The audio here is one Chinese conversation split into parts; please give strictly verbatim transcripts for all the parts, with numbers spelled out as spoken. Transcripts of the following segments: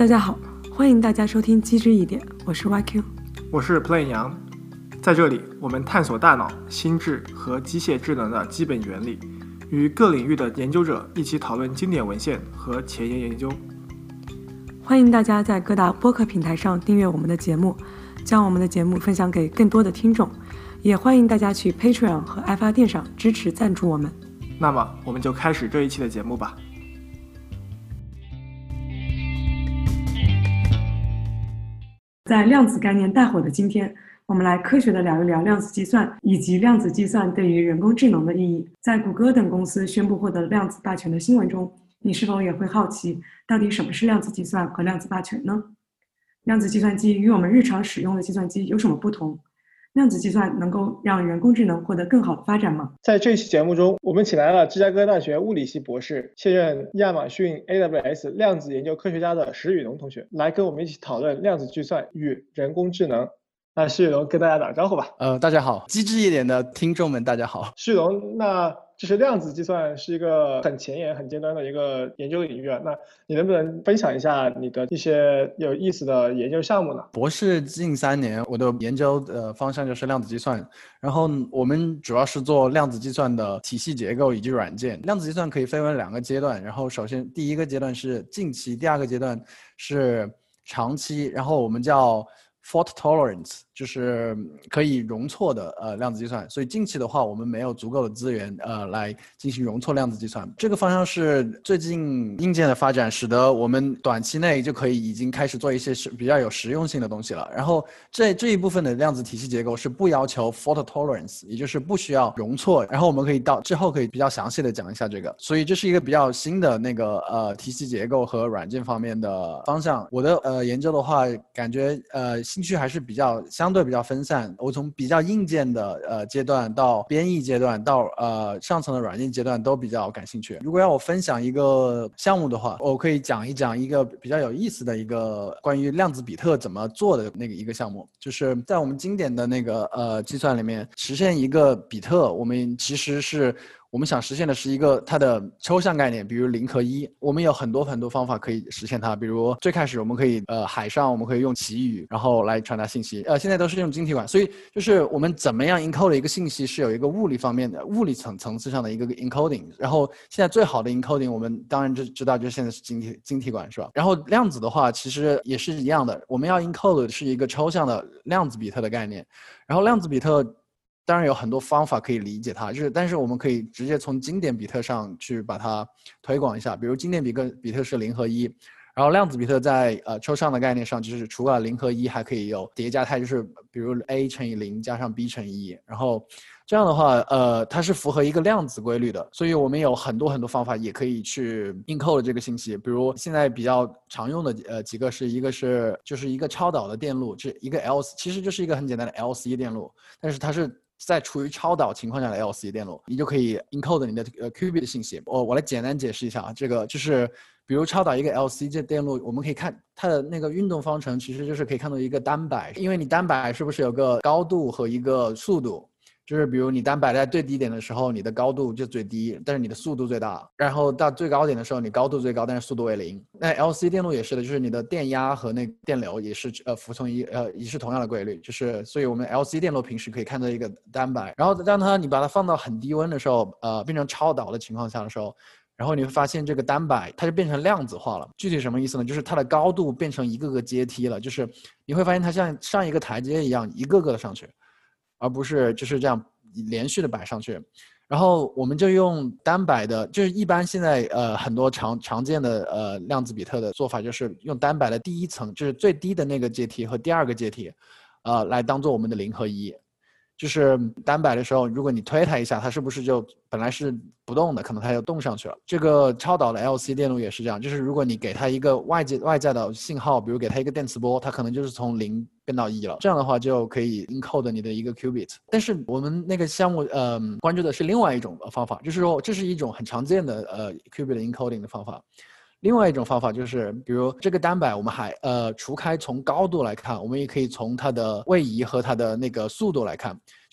大家好，欢迎大家收听机智一点，我是 Y Q， 我是 Play 杨。在这里，我们探索大脑、心智和机械智能的基本原理，与各领域的研究者一起讨论经典文献和前沿研究。 欢迎大家在各大播客平台上订阅我们的节目，将我们的节目分享给更多的听众，也欢迎大家去 Patreon 和爱发电上支持赞助我们。 那么，我们就开始这一期的节目吧。 在量子概念大火的今天，我们来科学的聊一聊量子计算以及量子计算对于人工智能的意义。在谷歌等公司宣布获得量子霸权的新闻中，你是否也会好奇，到底什么是量子计算和量子霸权呢？量子计算机与我们日常使用的计算机有什么不同？量子计算能够让人工智能获得更好的发展吗？ 在这期节目中，我们请来了芝加哥大学物理系博士、现任亚马逊 A W S 量子研究科学家的石宇龙同学，来跟我们一起讨论量子计算与人工智能。那石宇龙跟大家打个招呼吧。 呃，大家好，机智一点的听众们，大家好。 石宇龙，那就是量子计算是一个很前沿、很尖端的一个研究领域啊。那你能不能分享一下你的一些有意思的研究项目呢？ 博士近三年，我的研究的方向就是量子计算，然后我们主要是做量子计算的体系结构以及软件。量子计算可以分为两个阶段，然后首先第一个阶段是近期，第二个阶段是长期，然后我们叫fault tolerance， 就是可以容错的呃量子计算。所以近期的话，我们没有足够的资源呃来进行容错量子计算。这个方向是最近硬件的发展，使得我们短期内就可以已经开始做一些比较有实用性的东西了。然后这这一部分的量子体系结构是不要求 fault tolerance， 也就是不需要容错。然后我们可以到之后可以比较详细的讲一下这个。所以这是一个比较新的那个呃体系结构和软件方面的方向。我的呃研究的话，感觉呃兴趣还是比较相对比较分散。我从比较硬件的呃阶段到编译阶段到呃上层的软件阶段都比较感兴趣。如果要我分享一个项目的话，我可以讲一讲一个比较有意思的一个关于量子比特怎么做的那个一个项目。就是在我们经典的那个呃计算里面，实现一个比特，我们其实是我们想实现的是一个它的抽象概念，比如零和一。我们有很多很多方法可以实现它，比如最开始我们可以呃海上我们可以用旗语，然后来传达信息，呃现在都是用晶体管。所以就是我们怎么样 encode 一个信息是有一个物理方面的物理层层次上的一个 encoding。然后现在最好的 encoding 我们当然就知道，就是现在是晶体晶体管，是吧？然后量子的话其实也是一样的，我们要 encode 的是一个抽象的量子比特的概念。然后量子比特当然有很多方法可以理解它，就是但是我们可以直接从经典比特上去把它推广一下。比如经典比特比特是零和一，然后量子比特在呃抽象的概念上，就是除了零和一还可以有叠加态，就是比如 a 乘以零加上 b 乘以一，然后这样的话呃它是符合一个量子规律的。所以我们有很多很多方法也可以去 encode 这个信息。比如现在比较常用的呃几个是一个是就是一个超导的电路，这一个 L 其实就是一个很简单的 L C 电路，但是它是在处于超导情况下的 L C 电路，你就可以 encode 你的呃 qubit 的信息。我我来简单解释一下啊，这个就是比如超导一个 L C 这电路，我们可以看它的那个运动方程，其实就是可以看到一个单摆，因为你单摆是不是有个高度和一个速度？就是比如你单摆在最低点的时候，你的高度就最低，但是你的速度最大。然后到最高点的时候，你高度最高，但是速度为零。那 L C 电路也是的，就是你的电压和那个电流也是呃服从一呃也是同样的规律。就是所以我们 L C 电路平时可以看到一个单摆，然后让它你把它放到很低温的时候，呃变成超导的情况下的时候，然后你会发现这个单摆它就变成量子化了。具体什么意思呢？就是它的高度变成一个个阶梯了，就是你会发现它像上一个台阶一样，一个个的上去，而不是就是这样连续的摆上去。然后我们就用单摆的，就是一般现在呃很多常常见的呃量子比特的做法，就是用单摆的第一层，就是最低的那个阶梯和第二个阶梯，呃来当做我们的零和一。就是单摆的时候，如果你推它一下，它是不是就本来是不动的，可能它就动上去了。这个超导的 L C 电路也是这样，就是如果你给它一个外界外在的信号，比如给它一个电磁波，它可能就是从零变到一了。这样的话就可以 encode 你的一个 qubit。但是我们那个项目呃关注的是另外一种方法，就是说这是一种很常见的呃 qubit encoding 的方法。另外一种方法就是，比如这个单摆，我们还呃除开从高度来看，我们也可以从它的位移和它的那个速度来看。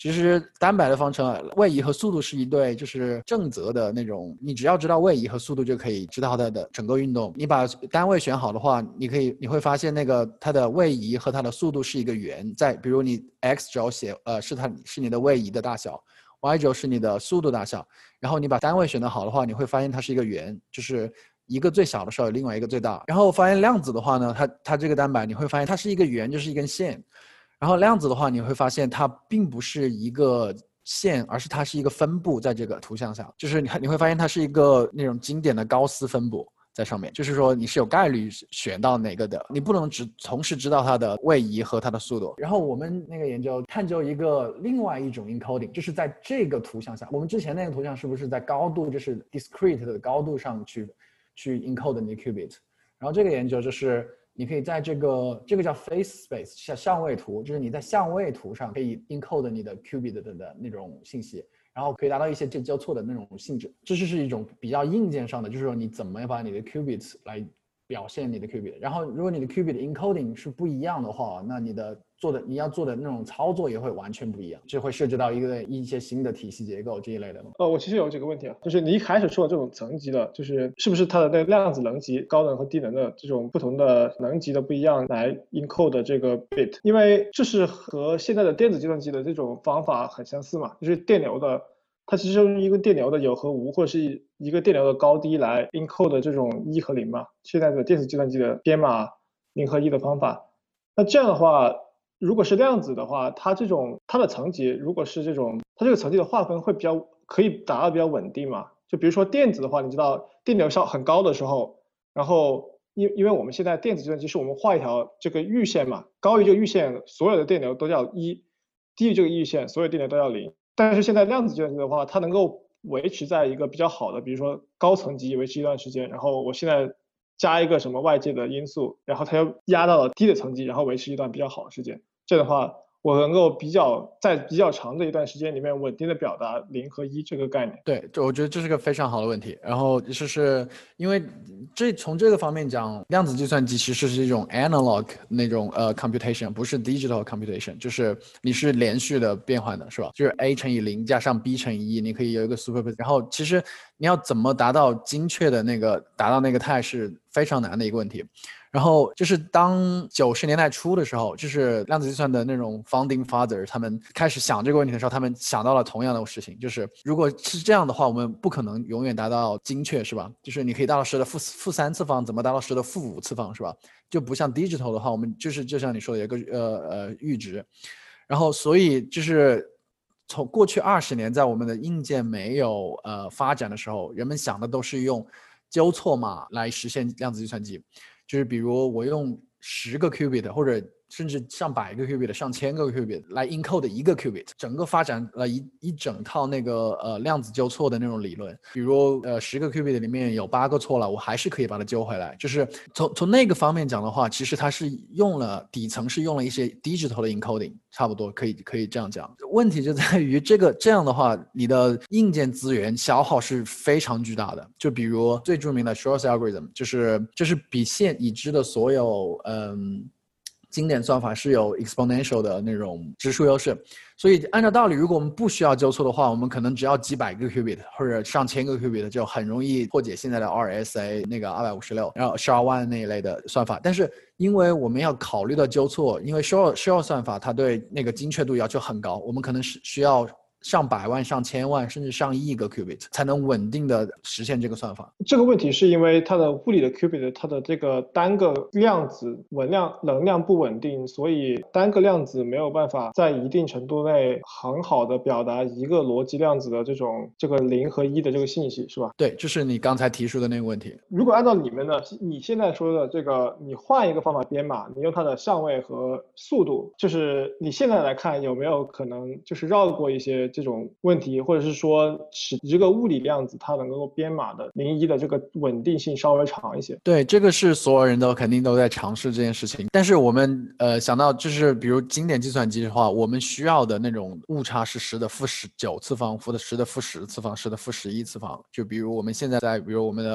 其实单摆的方程位移和速度是一对就是正则的那种，你只要知道位移和速度就可以知道它的整个运动。你把单位选好的话，你可以你会发现那个它的位移和它的速度是一个圆，在比如你 x 轴写呃是它是你的位移的大小，y 轴是你的速度大小，然后你把单位选得好的话，你会发现它是一个圆，就是一个最小的时候，另外一个最大。然后发现量子的话呢，它它这个单板你会发现它是一个圆，就是一根线。然后量子的话，你会发现它并不是一个线，而是它是一个分布在这个图像上，就是你你会发现它是一个那种经典的高斯分布在上面，就是说你是有概率选到哪个的，你不能只同时知道它的位移和它的速度。然后我们那个研究探究一个另外一种 encoding， 就是在这个图像下，我们之前那个图像是不是在高度，就是 discrete 的高度上去去 encode 你的 qubit， 然后这个研究就是你可以在这个这个叫 phase space 像相位图，就是你在相位图上可以 encode 你的 qubit 的, 的那种信息，然后可以达到一些交错的那种性质。这就是一种比较硬件上的，就是说你怎么把你的 qubit 来表现你的 qubit。然后如果你的 qubit encoding 是不一样的话，那你的做的你要做的那种操作也会完全不一样，这会涉及到一个一些新的体系结构这一类的。 呃，我其实有几个问题啊，就是你一开始说的这种层级的，就是是不是它的那个量子能级高能和低能的这种不同的能级的不一样来 encode 这个 bit， 因为这是和现在的电子计算机的这种方法很相似嘛，就是电流的。它其实是一个电流的有和无，或者是一个电流的高低来 encode 这种一和零嘛。现在的电子计算机的编码零和一的方法，那这样的话，如果是量子的话，它这种它的层级如果是这种，它这个层级的划分会比较可以达到比较稳定嘛。就比如说电子的话，你知道电流上很高的时候，然后因因为我们现在电子计算机是我们画一条这个阈线嘛，高于这个阈线，所有的电流都叫一，低于这个阈线，所有电流都要零。但是现在量子计算机的话，它能够维持在一个比较好的，比如说高层级维持一段时间，然后我现在加一个什么外界的因素，然后它又压到了低的层级，然后维持一段比较好的时间。这样的话，我能够比较在比较长的一段时间里面稳定的表达零和一这个概念。 对，这我觉得这是个非常好的问题。然后就是因为这从这个方面讲，量子计算机其实是一种 analog 那种呃 computation， 不是 digital computation， 就是你是连续的变换的，是吧？就是 a 乘以零加上 b 乘以一，你可以有一个 superposition。然后其实你要怎么达到精确的那个达到那个态是非常难的一个问题。然后就是当九十年代初的时候，就是量子计算的那种 founding father 他们开始想这个问题的时候，他们想到了同样的事情，就是如果是这样的话，我们不可能永远达到精确，是吧？就是你可以达到十的负负三次方，怎么达到十的负五次方，是吧？就不像 digital 的话，我们就是就像你说的有个呃呃阈值，然后所以就是从过去二十年，在我们的硬件没有呃发展的时候，人们想的都是用纠错码来实现量子计算机。就是比如我用十个 qubit 或者甚至上百个 qubit 上千个 qubit 来 encode 一个 qubit， 整个发展了一一整套那个呃量子纠错的那种理论。比如呃十个 qubit 里面有八个错了，我还是可以把它纠回来。就是从从那个方面讲的话，其实它是用了底层是用了一些 digital 的 encoding， 差不多可以可以这样讲。问题就在于这个这样的话，你的硬件资源消耗是非常巨大的。就比如最著名的 Shor's algorithm， 就是就是比现已知的所有嗯。经典算法是有 exponential 的那种指数优势，所以按照道理，如果我们不需要纠错的话，我们可能只要几百个 qubit 或者上千个 qubit 就很容易破解现在的 R S A 那个二百五十六，然后十二万那一类的算法。但是因为我们要考虑到纠错，因为 Shor Shor 算法它对那个精确度要求很高，我们可能是需要上百万、上千万甚至上亿个 qubit 才能稳定的实现这个算法。 这个问题是因为它的物理的 qubit 它的这个单个量子稳量能量不稳定，所以单个量子没有办法在一定程度内很好的表达一个逻辑量子的这种这个零和一的这个信息，是吧？ 对，这是你刚才提出的那个问题。 如果按照你们的你现在说的这个，你换一个方法编码，你用它的相位和速度，就是你现在来看有没有可能就是绕过一些这种问题，或者是说使这个物理量子它能够编码的零一的这个稳定性稍微长一些？ 对，这个是所有人都肯定都在尝试这件事情。但是我们呃想到就是比如经典计算机的话，我们需要的那种误差是十的负十九次方，负的十的负十次方，十的负十一次方。就比如我们现在在比如我们的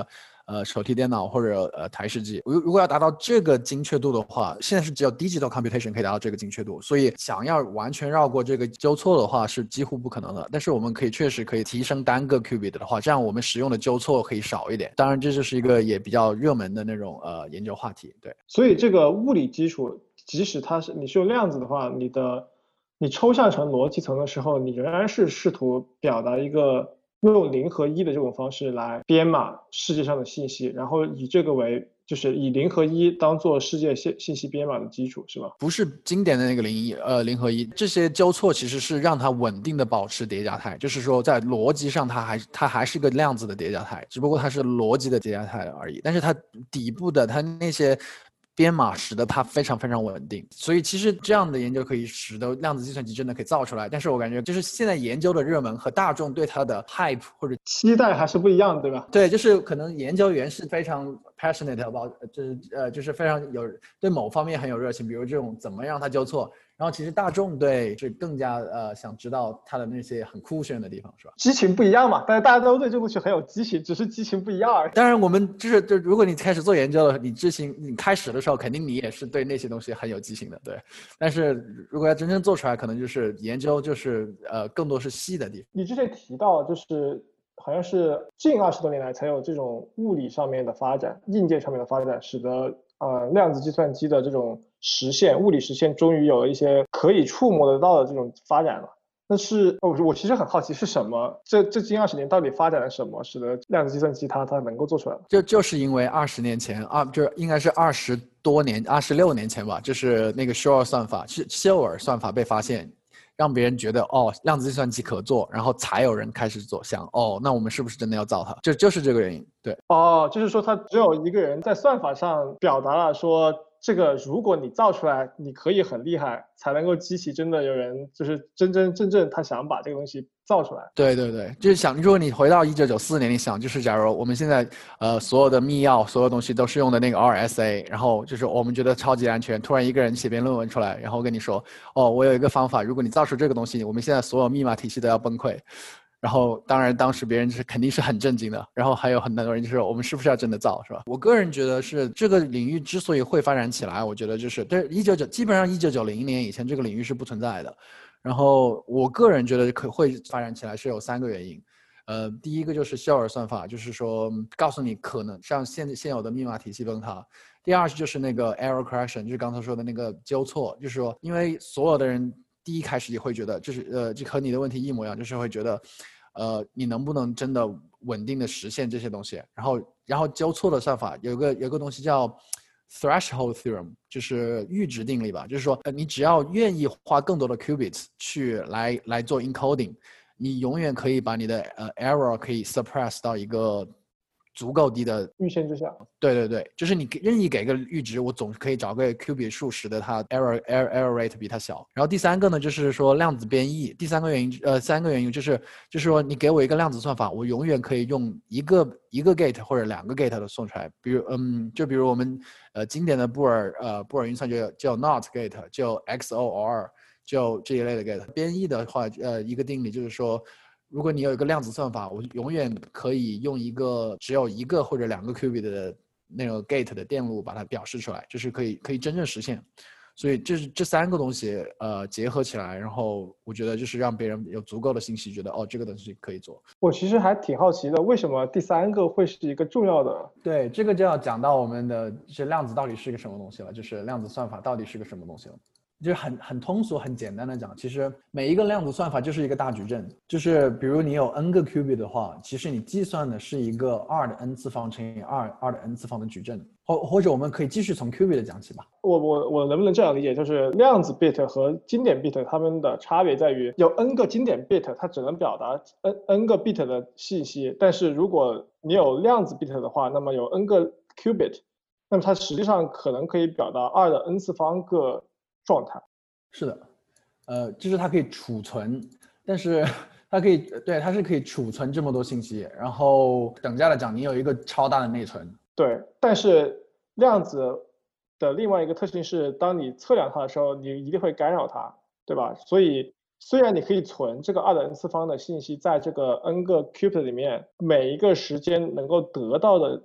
呃手提电脑或者呃台式机。如如果要达到这个精确度的话，现在是只有 digital computation 可以达到这个精确度，所以想要完全绕过这个纠错的话是几乎不可能的。但是我们可以确实可以提升单个 qubit 的话，这样我们使用的纠错可以少一点。当然这就是一个也比较热门的那种呃研究话题。对， 所以这个物理基础，即使它是你是用量子的话，你的你抽象成逻辑层的时候，你仍然是试图表达一个用零和一的这种方式来编码世界上的信息，然后以这个为就是以零和一当做世界信信息编码的基础，是吧？ 不是经典的那个零一呃零和一，这些纠错其实是让它稳定的保持叠加态，就是说在逻辑上它还它还是个量子的叠加态，只不过它是逻辑的叠加态而已。但是它底部的它那些编码使得它非常非常稳定，所以其实这样的研究可以使得量子计算机真的可以造出来。但是我感觉就是现在研究的热门和大众对它的 hype 或者期待还是不一样，对吧？ 对，就是可能研究员是非常 passionate about， 就是呃就是非常有对某方面很有热情，比如这种怎么让它纠错。然后其实大众对是更加呃想知道它的那些很酷炫的地方，是吧？ 激情不一样嘛，但是大家都对这个东西很有激情，只是激情不一样而已。 当然，我们就是就如果你开始做研究了，你之前你开始的时候，肯定你也是对那些东西很有激情的，对。但是如果要真正做出来，可能就是研究就是呃更多是细的地方。 你之前提到就是好像是近二十多年来才有这种物理上面的发展，硬件上面的发展，使得呃量子计算机的这种实现，物理实现终于有了一些可以触摸得到的这种发展了。但是我我其实很好奇是什么，这这近二十年到底发展了什么，使得量子计算机它它能够做出来？ 就就是因为二十年前啊，就应该是二十多年，二十六年前吧，就是那个 Shor 算法，是休尔算法被发现，让别人觉得哦，量子计算机可做，然后才有人开始做，想哦，那我们是不是真的要造它？就就是这个原因。对， 哦，就是说他只有一个人在算法上表达了说，这个如果你造出来，你可以很厉害，才能够激起真的有人就是真真正正他想把这个东西造出来。 对对对，就是想，如果你回到一九九四年，你想，就是假如我们现在呃所有的密钥，所有东西都是用的那个 R S A， 然后就是我们觉得超级安全，突然一个人写篇论文出来，然后跟你说，哦，我有一个方法，如果你造出这个东西，我们现在所有密码体系都要崩溃。然后当然当时别人是肯定是很震惊的，然后还有很多人就说我们是不是要真的造，是吧？我个人觉得是这个领域之所以会发展起来，我觉得就是对一九九基本上一九九零年以前这个领域是不存在的。然后我个人觉得可会发展起来是有三个原因，呃，第一个就是肖尔算法，就是说告诉你可能像现现有的密码体系崩塌。第二就是那个 error correction， 就是刚才说的那个纠错，就是说因为所有的人第一开始也会觉得，就是呃，这和你的问题一模一样，就是会觉得，呃，你能不能真的稳定的实现这些东西？然后然后纠错的算法有个有个东西叫threshold theorem， 就是阈值定理吧，就是说，呃，你只要愿意花更多的 qubits 去来来做 encoding， 你永远可以把你的呃 error 可以 suppress 到一个足够低的阈限之下。 对对对，就是你任意给个阈值，我总可以找个 qubit 数使得它 error error error rate 比它小。然后第三个呢，就是说量子编译。第三个原因，呃，三个原因就是就是说你给我一个量子算法，我永远可以用一个一个 gate 或者两个 gate 的送出来。比如，嗯，就比如我们呃经典的布尔呃布尔运算就叫 not gate， 就 X O R， 就这一类的 gate。编译的话，呃，一个定理就是说，如果你有一个量子算法，我永远可以用一个只有一个或者两个 qubit 的那个 gate 的电路把它表示出来，就是可以可以真正实现。所以这是这三个东西呃结合起来，然后我觉得就是让别人有足够的信息，觉得哦这个东西可以做。 我其实还挺好奇的，为什么第三个会是一个重要的？ 对，这个就要讲到我们的这量子到底是个什么东西了，就是量子算法到底是个什么东西了。就是很很通俗很简单的讲，其实每一个量子算法就是一个大矩阵，就是比如你有 n 个 qubit 的话，其实你计算的是一个二的 n 次方乘以二二的 n 次方的矩阵，或或者我们可以继续从 qubit 讲起吧。 我我我能不能这样理解，就是量子 bit 和经典 bit 它们的差别在于，有 n 个经典 bit 它只能表达 n n 个 bit 的信息，但是如果你有量子 bit 的话，那么有 n 个 qubit， 那么它实际上可能可以表达二的 n 次方个状态。 是的，呃，就是它可以储存，但是它可以对它是可以储存这么多信息，然后等价的讲，你有一个超大的内存。 对，但是量子的另外一个特性是，当你测量它的时候，你一定会干扰它，对吧？所以虽然你可以存这个二的 n 次方的信息在这个 n 个 qubit 里面，每一个时间能够得到的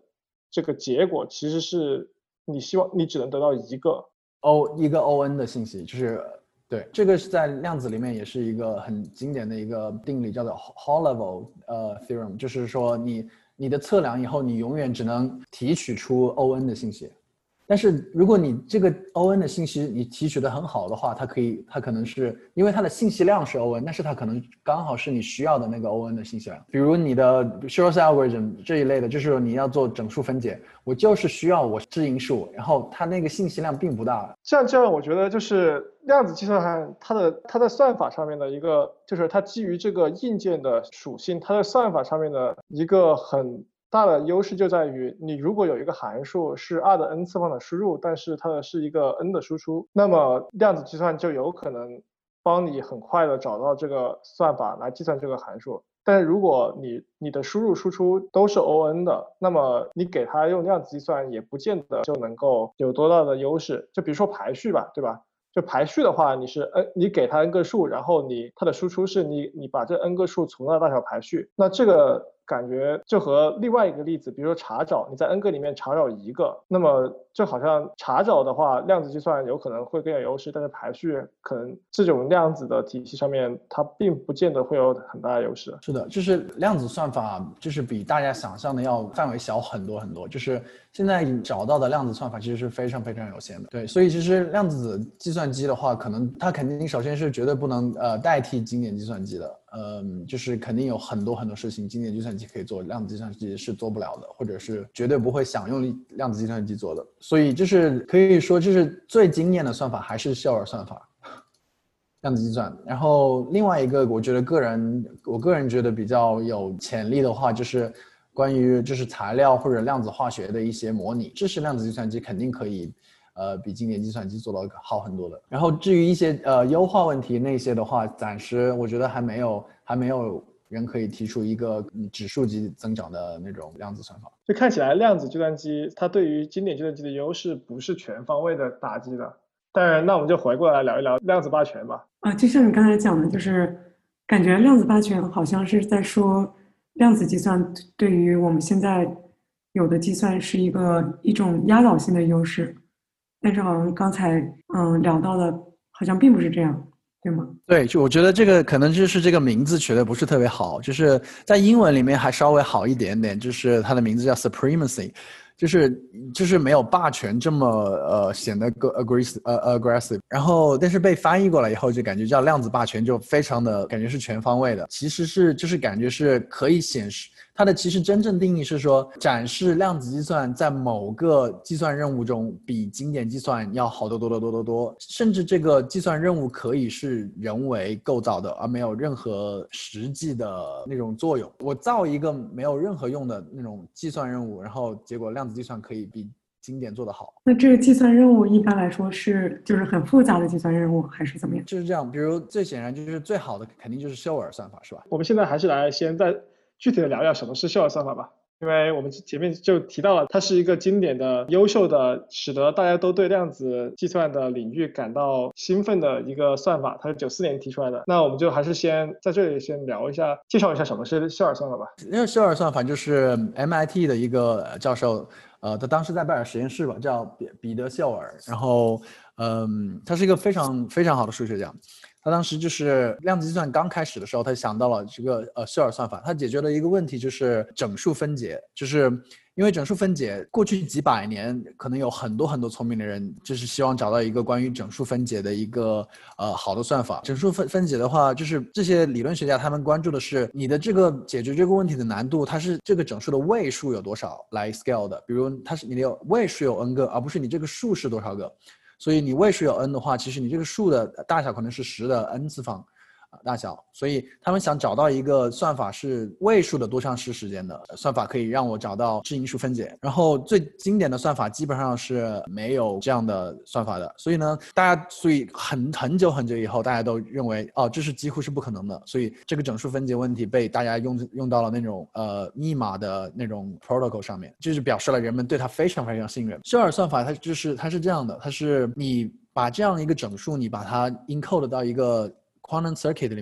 这个结果其实是你希望你只能得到一个 O 一个 O N 的信息，就是对，这个是在量子里面也是一个很经典的一个定理，叫做 Hall level 呃 theorem， 就是说你你的测量以后，你永远只能提取出 O N 的信息。但是如果你这个 O N 的信息你提取的很好的话，它可以，它可能是因为它的信息量是 O N， 但是它可能刚好是你需要的那个 O N 的信息量。比如你的 Shor's algorithm 这一类的，就是你要做整数分解，我就是需要我质因数，然后它那个信息量并不大。 像这样，我觉得就是量子计算它的它的算法上面的一个，就是它基于这个硬件的属性，它的算法上面的一个很大的优势就在于，你如果有一个函数是二的 n 次方的输入，但是它的是一个 n 的输出，那么量子计算就有可能帮你很快的找到这个算法来计算这个函数。但是如果你你的输入输出都是 O N 的，那么你给它用量子计算也不见得就能够有多大的优势。就比如说排序吧，对吧？就排序的话，你是 n， 你给它 n 个数，然后你它的输出是你你把这 n 个数从大大小排序，那这个感觉就和另外一个例子，比如说查找，你在 n 个里面查找一个，那么就好像查找的话，量子计算有可能会更有优势，但是排序可能这种量子的体系上面，它并不见得会有很大的优势。 是的，就是量子算法就是比大家想象的要范围小很多很多，就是现在找到的量子算法其实是非常非常有限的。对，所以其实量子计算机的话，可能它肯定首先是绝对不能呃代替经典计算机的。嗯，就是肯定有很多很多事情经典计算机可以做，量子计算机是做不了的，或者是绝对不会想用量子计算机做的。所以就是可以说，就是最经验的算法还是谢尔算法，量子计算。然后另外一个，我觉得个人，我个人觉得比较有潜力的话，就是关于就是材料或者量子化学的一些模拟，这是量子计算机肯定可以。呃，比经典计算机做到好很多的。然后至于一些呃优化问题那些的话，暂时我觉得还没有还没有人可以提出一个指数级增长的那种量子算法。 就看起来量子计算机它对于经典计算机的优势不是全方位的打击的。当然，那我们就回过来聊一聊量子霸权吧。 啊，就像你刚才讲的，就是感觉量子霸权好像是在说量子计算对于我们现在有的计算是一个一种压倒性的优势。但是好像刚才嗯聊到的，好像并不是这样，对吗？ 对，就我觉得这个可能就是这个名字取得不是特别好，就是在英文里面还稍微好一点点，就是它的名字叫 supremacy， 就是就是没有霸权这么呃显得 aggressive 呃 aggressive， 然后但是被翻译过来以后就感觉叫量子霸权，就非常的感觉是全方位的，其实是就是感觉是可以显示。它的其实真正定义是说，展示量子计算在某个计算任务中比经典计算要好得多得多得多，甚至这个计算任务可以是人为构造的，而没有任何实际的那种作用。我造一个没有任何用的那种计算任务，然后结果量子计算可以比经典做得好。 那这个计算任务一般来说是就是很复杂的计算任务，还是怎么样？ 就是这样，比如最显然就是最好的肯定就是休尔算法，是吧？ 我们现在还是来先在具体的聊聊什么是休尔算法吧，因为我们前面就提到了，它是一个经典的、优秀的，使得大家都对量子计算的领域感到兴奋的一个算法。它是九四年提出来的。那我们就还是先在这里先聊一下，介绍一下什么是休尔算法吧。 因为休尔算法就是 M I T 的一个教授，呃，他当时在贝尔实验室吧，叫彼彼得休尔，然后，嗯，他是一个非常非常好的数学家。他当时就是量子计算刚开始的时候，他想到了这个呃休尔算法，他解决了一个问题，就是整数分解，就是因为整数分解过去几百年可能有很多很多聪明的人就是希望找到一个关于整数分解的一个呃好的算法。整数分分解的话，就是这些理论学家他们关注的是你的这个解决这个问题的难度，它是这个整数的位数有多少来 scale 的，比如它是你的位数有 n 个，而不是你这个数是多少个。所以你位数有 n 的话，其实你这个数的大小可能是十的 n 次方大小，所以他们想找到一个算法是位数的多项式时间的算法，可以让我找到质因数分解。然后最经典的算法基本上是没有这样的算法的，所以呢，大家所以很很久很久以后，大家都认为哦，这是几乎是不可能的，所以这个整数分解问题被大家用用到了那种呃密码的那种 protocol 上面，就是表示了人们对它非常非常信任。休尔算法它就是它是这样的，它是你把这样一个整数，你把它 encode 到一个quantum circuit 里面，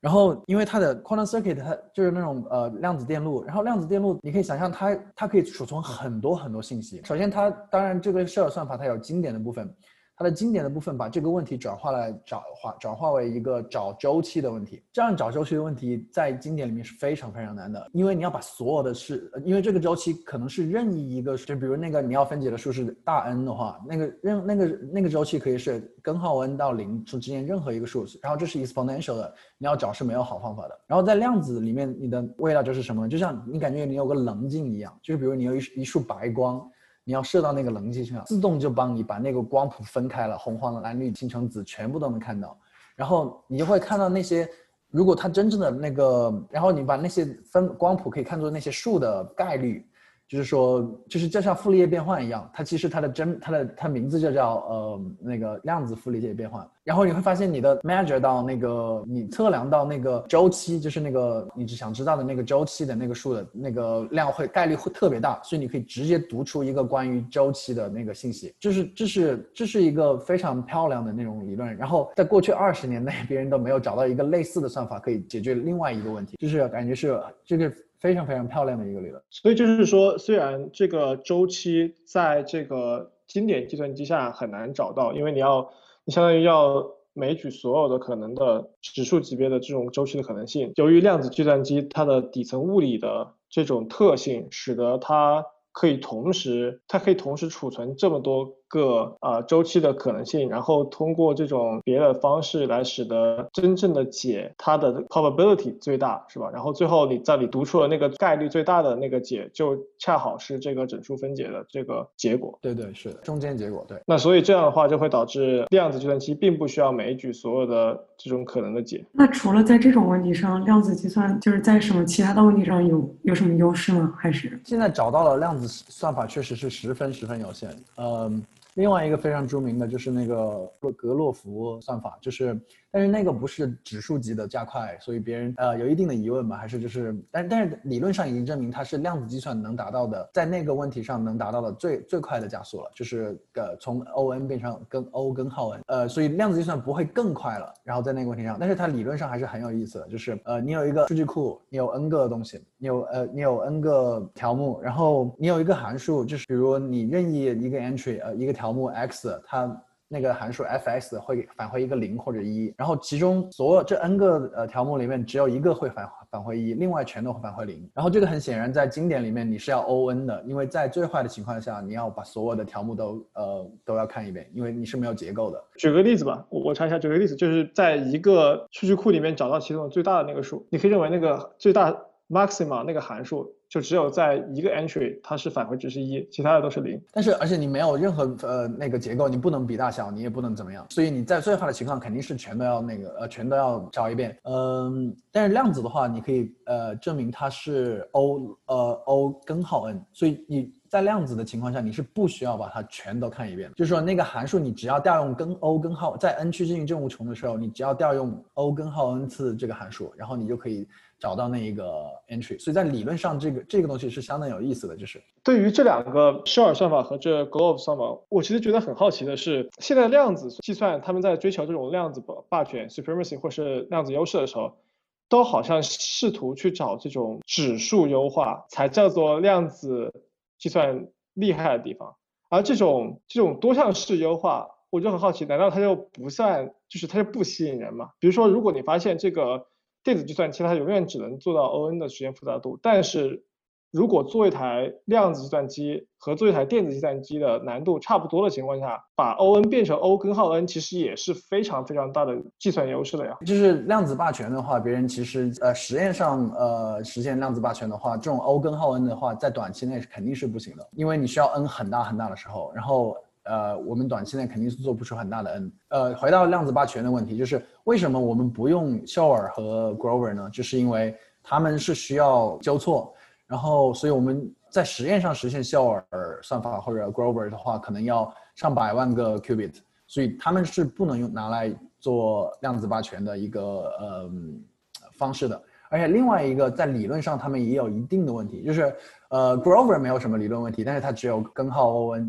然后因为它的 quantum circuit 它就是那种呃量子电路，然后量子电路你可以想象它它可以储存很多很多信息。首先它当然这个设算法它有经典的部分，它的经典的部分把这个问题转化来转化转化为一个找周期的问题。这样找周期的问题在经典里面是非常非常难的，因为你要把所有的事，因为这个周期可能是任意一个，就比如那个你要分解的数是大 N 的话，那个任那个那个周期可以是根号 N 到零之间任何一个数，然后这是 exponential 的，你要找是没有好方法的。然后在量子里面，你的味道就是什么呢？就像你感觉你有个棱镜一样，就是比如你有一一束白光。你要射到那个棱镜上，自动就帮你把那个光谱分开了，红黄蓝绿青橙紫全部都能看到，然后你就会看到那些，如果它真正的那个，然后你把那些分光谱可以看作那些数的概率，就是说，就是就像傅里叶变换一样，它其实它的真它的它名字就叫呃那个量子傅里叶变换。然后你会发现你的 measure 到那个你测量到那个周期，就是那个你只想知道的那个周期的那个数的那个量会概率会特别大，所以你可以直接读出一个关于周期的那个信息。这是这是这是一个非常漂亮的那种理论。然后在过去二十年内，别人都没有找到一个类似的算法可以解决另外一个问题，就是感觉是这个非常非常漂亮的一个理论。 所以就是说，虽然这个周期在这个经典计算机下很难找到，因为你要你相当于要枚举所有的可能的指数级别的这种周期的可能性。由于量子计算机它的底层物理的这种特性，使得它可以同时它可以同时储存这么多个呃周期的可能性，然后通过这种别的方式来使得真正的解它的 probability 最大，是吧？然后最后你在你读出了那个概率最大的那个解，就恰好是这个整数分解的这个结果。 对对，是的，中间结果。对。 那所以这样的话就会导致量子计算机并不需要枚举所有的这种可能的解。 那除了在这种问题上，量子计算就是在什么其他的问题上有有什么优势吗？还是现在找到了量子算法确实是十分十分有限。嗯，另外一个非常著名的就是那个格洛夫算法，就是但是那个不是指数级的加快，所以别人呃有一定的疑问吧，还是就是但但是理论上已经证明它是量子计算能达到的，在那个问题上能达到的最最快的加速了，就是呃从 O N 变成跟 O 根号 N， 呃所以量子计算不会更快了，然后在那个问题上，但是它理论上还是很有意思的，就是呃你有一个数据库，你有 N 个东西，你有呃你有 N 个条目，然后你有一个函数，就是比如你任意一个 entry 呃一个条目 x， 它那个函数 f(x) 会返回一个零或者一，然后其中所有这 n 个呃条目里面只有一个会返返回一，另外全都会返回零。然后这个很显然在经典里面你是要 O N 的，因为在最坏的情况下你要把所有的条目都呃都要看一遍，因为你是没有结构的。 举个例子吧，我我查一下，举个例子，就是在一个数据库里面找到其中最大的那个数，你可以认为那个最大 maxima 那个函数就只有在一个 entry 它是返回值是一，其他的都是零。 但是而且你没有任何呃那个结构，你不能比大小，你也不能怎么样，所以你在最坏的情况肯定是全都要那个呃全都要找一遍。嗯，但是量子的话，你可以呃证明它是 O 呃 O 根号 N， 所以你在量子的情况下，你是不需要把它全都看一遍，就是说那个函数你只要调用根 O 根号，在 N 趋近于正无穷的时候，你只要调用 O 根号 N 次这个函数，然后你就可以找到那一个 entry， 所以在理论上这个这个东西是相当有意思的。就是对于这两个舍尔算法和这 Grove 算法，我其实觉得很好奇的是，现在量子计算他们在追求这种量子霸权 supremacy 或是量子优势的时候，都好像试图去找这种指数优化才叫做量子计算厉害的地方，而这种这种多项式优化，我就很好奇，难道它就不算，就是它就不吸引人吗？比如说，如果你发现这个电子计算器它永远只能做到 O N 的时间复杂度，但是如果做一台量子计算机和做一台电子计算机的难度差不多的情况下，把 O N 变成 O 根号 N 其实也是非常非常大的计算优势的呀。 就是量子霸权的话，别人其实呃实验上呃实现量子霸权的话，这种 O 根号 N 的话，在短期内肯定是不行的，因为你需要 N 很大很大的时候，然后呃我们短期内肯定是做不出很大的 N。呃，回到量子霸权的问题，就是为什么我们不用肖尔和 Grover 呢？就是因为他们是需要纠错。然后，所以我们在实验上实现肖尔算法或者 Grover 的话，可能要上百万个 qubit， 所以他们是不能用拿来做量子霸权的一个呃方式的。而且另外一个，在理论上他们也有一定的问题，就是呃 Grover 没有什么理论问题，但是它只有根号 O N，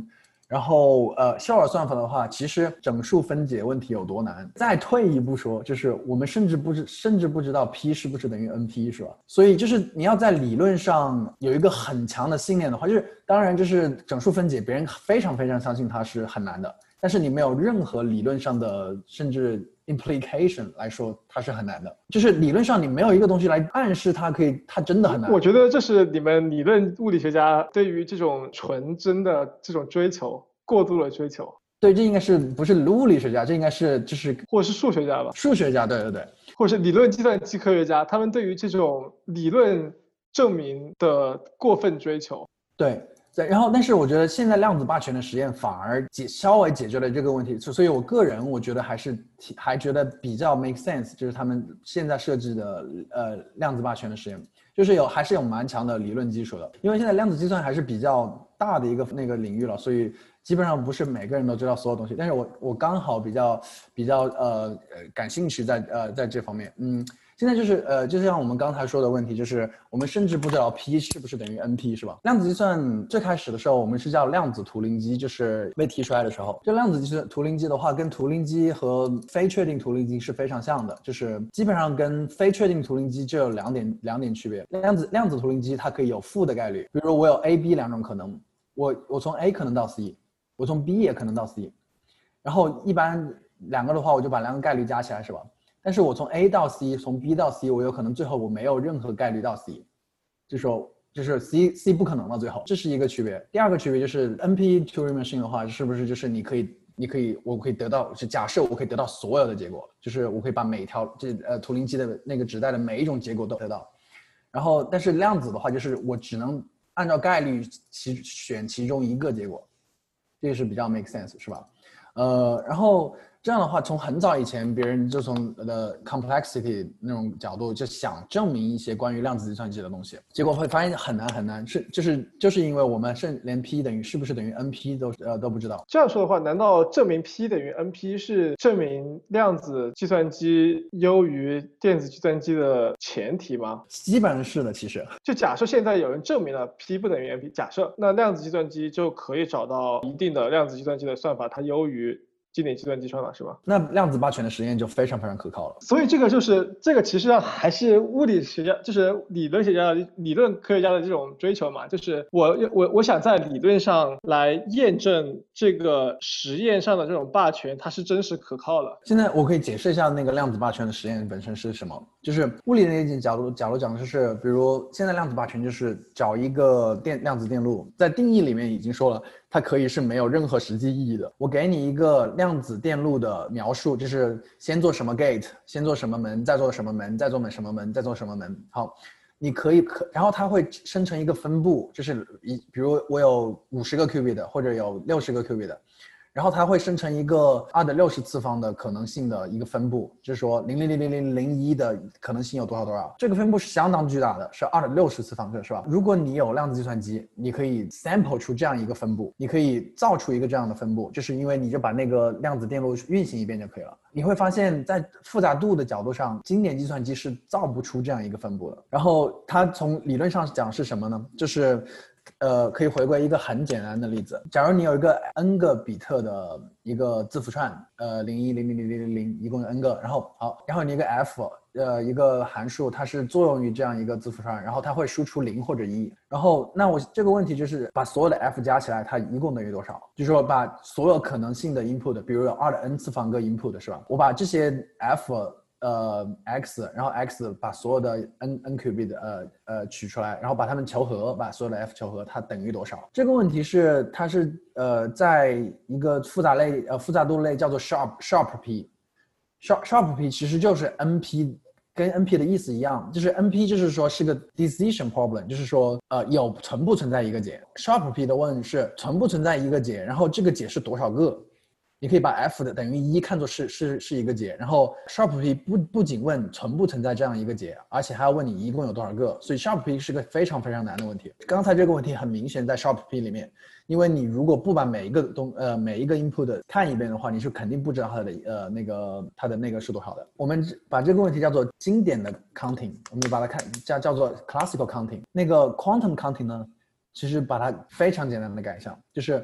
然后呃，肖尔算法的话，其实整数分解问题有多难？再退一步说，就是我们甚至不知甚至不知道 P 是不是等于 N P 是吧？所以就是你要在理论上有一个很强的信念的话，就是当然就是整数分解，别人非常非常相信它是很难的，但是你没有任何理论上的甚至 implication 来说它是很难的，就是理论上你没有一个东西来暗示它可以，它真的很难。 我觉得这是你们理论物理学家对于这种纯真的这种追求过度的追求。 对，这应该是不是物理学家，这应该是就是或者是数学家吧， 数学家，对对对， 或者是理论计算机科学家，他们对于这种理论证明的过分追求。 对。然后，但是我觉得现在量子霸权的实验反而解稍微解决了这个问题，所以我个人我觉得还是还觉得比较 make sense， 就是他们现在设置的呃量子霸权的实验，就是有还是有蛮强的理论基础的，因为现在量子计算还是比较大的一个那个领域了，所以基本上不是每个人都知道所有东西，但是我我刚好比较比较呃感兴趣在呃在这方面，嗯。现在就是呃，就像我们刚才说的问题，就是我们甚至不知道 P 是不是等于 N P 是吧？量子计算最开始的时候，我们是叫量子图灵机，就是被提出来的时候，这量子计算图灵机的话，跟图灵机和非确定图灵机是非常像的，就是基本上跟非确定图灵机就有两点两点区别。量子量子图灵机它可以有负的概率，比如我有 A、B 两种可能，我我从 A 可能到 C， 我从 B 也可能到 C， 然后一般两个的话，我就把两个概率加起来是吧？但是我从 A 到 C， 从 B 到 C， 我有可能最后我没有任何概率到 C， 就说就是 C C 不可能到最后，这是一个区别。第二个区别就是 N P Turing machine 的话，是不是就是你可以你可以我可以得到，是假设我可以得到所有的结果，就是我可以把每一条这呃图灵机的那个指代的每一种结果都得到。然后但是量子的话，就是我只能按照概率其选其中一个结果，这个是比较 make sense 是吧？呃，然后。这样的话，从很早以前，别人就从的 complexity 那种角度就想证明一些关于量子计算机的东西，结果会发现很难很难，是就是就是因为我们甚连 P 等于是不是等于 N P 都呃都不知道。 这样说的话，难道证明 P 等于 N P 是证明量子计算机优于电子计算机的前提吗？ 基本上是的，其实就假设现在有人证明了 P 不等于 N P， 假设那量子计算机就可以找到一定的量子计算机的算法，它优于经典计算机算法是吧？ 那量子霸权的实验就非常非常可靠了。 所以这个就是这个其实上还是物理学家，就是理论学家的理论科学家的这种追求嘛，就是我我我想在理论上来验证这个实验上的这种霸权它是真实可靠的。 现在我可以解释一下那个量子霸权的实验本身是什么，就是物理的那角度角度讲的就是，比如现在量子霸权就是找一个电量子电路，在定义里面已经说了。它可以是没有任何实际意义的。我给你一个量子电路的描述，就是先做什么 gate， 先做什么门，再做什么门，再做什么门，再做什么门。好，你可以可，然后它会生成一个分布，就是一，比如我有五十个 qubit 的，或者有六十个 qubit 的。然后它会生成一个二的六十次方的可能性的一个分布，就是说零零零零零零一的可能性有多少多少，这个分布是相当巨大的，是二的六十次方个，是吧？如果你有量子计算机，你可以 sample 出这样一个分布，你可以造出一个这样的分布，就是因为你就把那个量子电路运行一遍就可以了。你会发现在复杂度的角度上，经典计算机是造不出这样一个分布的。然后它从理论上讲是什么呢？就是呃，可以回归一个很简单的例子。假如你有一个 n 个比特的一个字符串，呃，零一零零零零零零，一共有 n 个，然后好，然后你一个 f， 呃，一个函数，它是作用于这样一个字符串，然后它会输出零或者一。然后，那我这个问题就是把所有的 f 加起来，它一共等于多少？就是说把所有可能性的 input， 比如有二的 n 次方个 input， 是吧？我把这些 f。呃 x， 然后 x 把所有的 n n qubit 呃呃取出来，然后把它们求和，把所有的 f 求和，它等于多少？这个问题是它是呃在一个复杂类呃复杂度类叫做 sharp sharp p sharp sharp p 其实就是 np， 跟 np 的意思一样，就是 np 就是说是个 decision problem， 就是说呃有存不存在一个解。sharp p 的问是存不存在一个解，然后这个解是多少个？你可以把 f 的等于一看作是是是一个解，然后 sharp p 不不仅问存不存在这样一个解，而且还要问你一共有多少个，所以 sharp p 是个非常非常难的问题。刚才这个问题很明显在 sharp p 里面，因为你如果不把每一个东呃每一个 input 看一遍的话，你是肯定不知道它的呃那个它的那个是多少的。我们把这个问题叫做经典的 counting， 我们把它看叫叫做 classical counting。那个 quantum counting 呢，其实把它非常简单的改一下，就是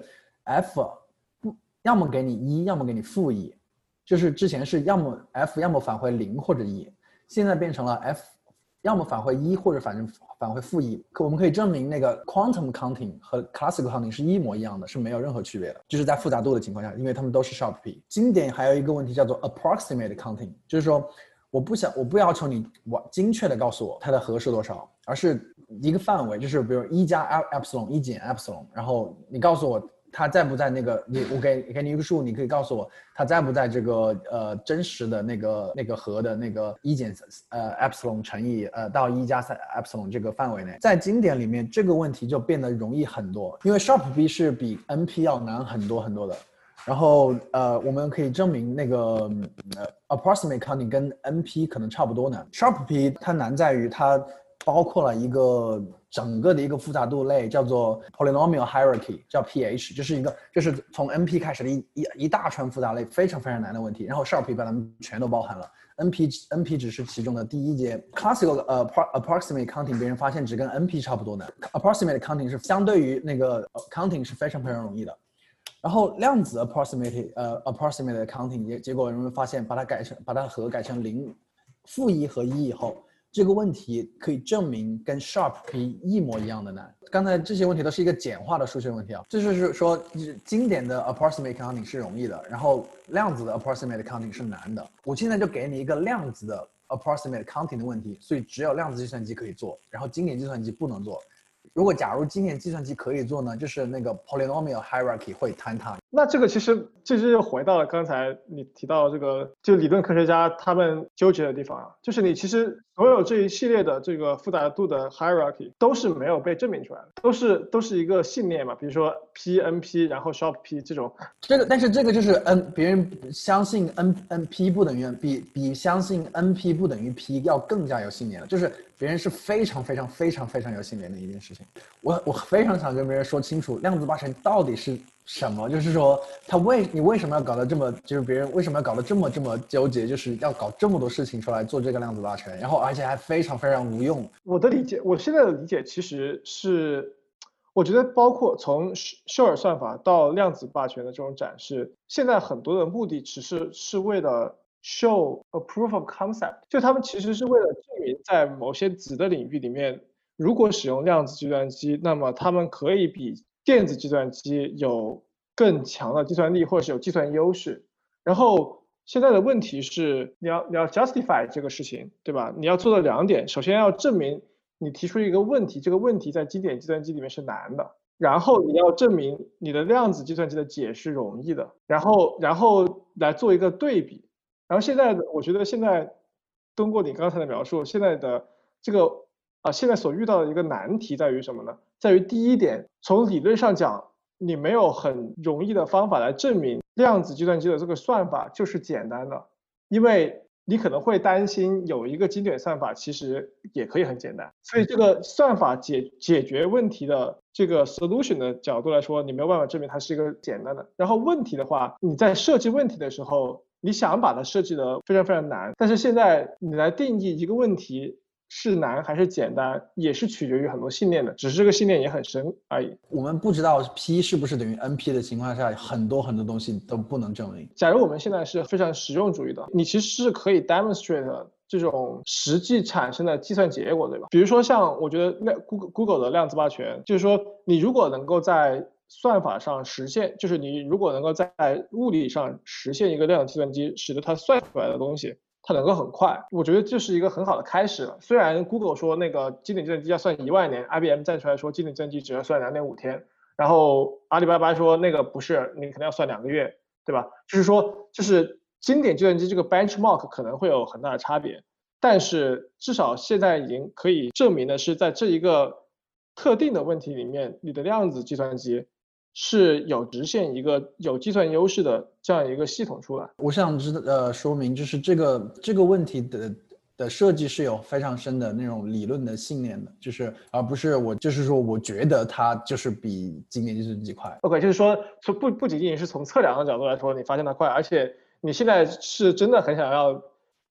f 不要么给你一，要么给你负一，就是之前是要么 f 要么返回零或者一，现在变成了 f 要么返回一或者反正返回负一。可我们可以证明那个 quantum counting 和 classical counting 是一模一样的，是没有任何区别的，就是在复杂度的情况下，因为它们都是 sharp p。经典还有一个问题叫做 approximate counting， 就是说我不想我不要求你精确的告诉我它的和是多少，而是一个范围，就是比如一加 epsilon 一减 epsilon， 然后你告诉我它在不在那个你我给给你一个数，你可以告诉我它在不在这个呃真实的那个那个和的那个一减呃 epsilon 乘以呃到一加 epsilon 这个范围内。在经典里面这个问题就变得容易很多，因为 sharp p 是比 N P 要难很多很多的。然后呃我们可以证明那个呃 approximate counting 跟 N P 可能差不多难。sharp p 它难在于它包括了一个整个的一个复杂度类，叫做 polynomial hierarchy， 叫 P H， 就是一个就是从 N P 开始的一一一大串复杂类，非常非常难的问题。然后 sharp p 把它们全都包含了。N P N P 只是其中的第一阶。classical 呃 approximate counting 别人发现只跟 N P 差不多难。approximate counting 是相对于那个 counting 是非常非常容易的。然后量子 approximate 呃 approximate counting 结果人们发现把它改成把它和改成零、负一和一以后，这个问题可以证明跟 sharp p 一模一样的难。刚才这些问题都是一个简化的数学问题啊，这就是说经典的 approximate counting 是容易的，然后量子的 approximate counting 是难的。我现在就给你一个量子的 approximate counting 的问题，所以只有量子计算机可以做，然后经典计算机不能做。如果假如经典计算机可以做呢，就是那个 polynomial hierarchy 会坍塌。 那这个其实这就又回到了刚才你提到这个就理论科学家他们纠结的地方啊，就是你其实所有这一系列的这个复杂度的 hierarchy 都是没有被证明出来的，都是都是一个信念嘛，比如说 P N P 然后 sharp p 这种。 这个但是这个就是 N 别人相信 N N P 不等于 N 比比相信 N P 不等于 P 要更加有信念了，就是别人是非常非常非常非常有信念的一件事情。我我非常想跟别人说清楚量子八成到底是什么，就是说他为你为什么要搞得这么，就是别人为什么要搞得这么这么纠结，就是要搞这么多事情出来做这个量子八成，然后而且还非常非常无用。 我的理解，我现在的理解其实是，我觉得包括从秀尔算法到量子霸权的这种展示，现在很多的目的只是是为了 show a proof of concept， 就他们其实是为了证明在某些子的领域里面，如果使用量子计算机，那么他们可以比电子计算机有更强的计算力，或者是有计算优势。然后现在的问题是，你要你要 justify 这个事情，对吧？你要做的两点，首先要证明你提出一个问题，这个问题在经典计算机里面是难的，然后你要证明你的量子计算机的解是容易的，然后然后来做一个对比。然后现在的我觉得现在通过你刚才的描述，现在的这个啊，现在所遇到的一个难题在于什么呢？在于第一点，从理论上讲，你没有很容易的方法来证明量子计算机的这个算法就是简单的，因为你可能会担心有一个经典算法其实也可以很简单，所以这个算法解解决问题的这个 solution 的角度来说，你没有办法证明它是一个简单的。然后问题的话，你在设计问题的时候，你想把它设计的非常非常难，但是现在你来定义一个问题是难还是简单，也是取决于很多信念的，只是这个信念也很深而已。 我们不知道 P 是不是等于 N P 的情况下，很多很多东西都不能证明。 假如我们现在是非常实用主义的，你其实是可以 demonstrate 这种实际产生的计算结果，对吧？比如说像我觉得 Google Google 的量子霸权，就是说你如果能够在算法上实现，就是你如果能够在物理上实现一个量子计算机，使得它算出来的东西它能够很快，我觉得这是一个很好的开始了。虽然 Google 说那个经典计算机要算一万年， I B M 站出来说经典计算机只要算两点五天，然后阿里巴巴说那个不是，你可能要算两个月，对吧？就是说，就是经典计算机这个 benchmark 可能会有很大的差别，但是至少现在已经可以证明的是，在这一个特定的问题里面，你的量子计算机是有实现一个有计算优势的这样一个系统出来。 我想知道呃说明就是这个这个问题的的设计是有非常深的那种理论的信念的，就是而不是我就是说我觉得它就是比经典计算机快。 OK， 就是说不不仅仅是从测量的角度来说你发现它快，而且你现在是真的很想要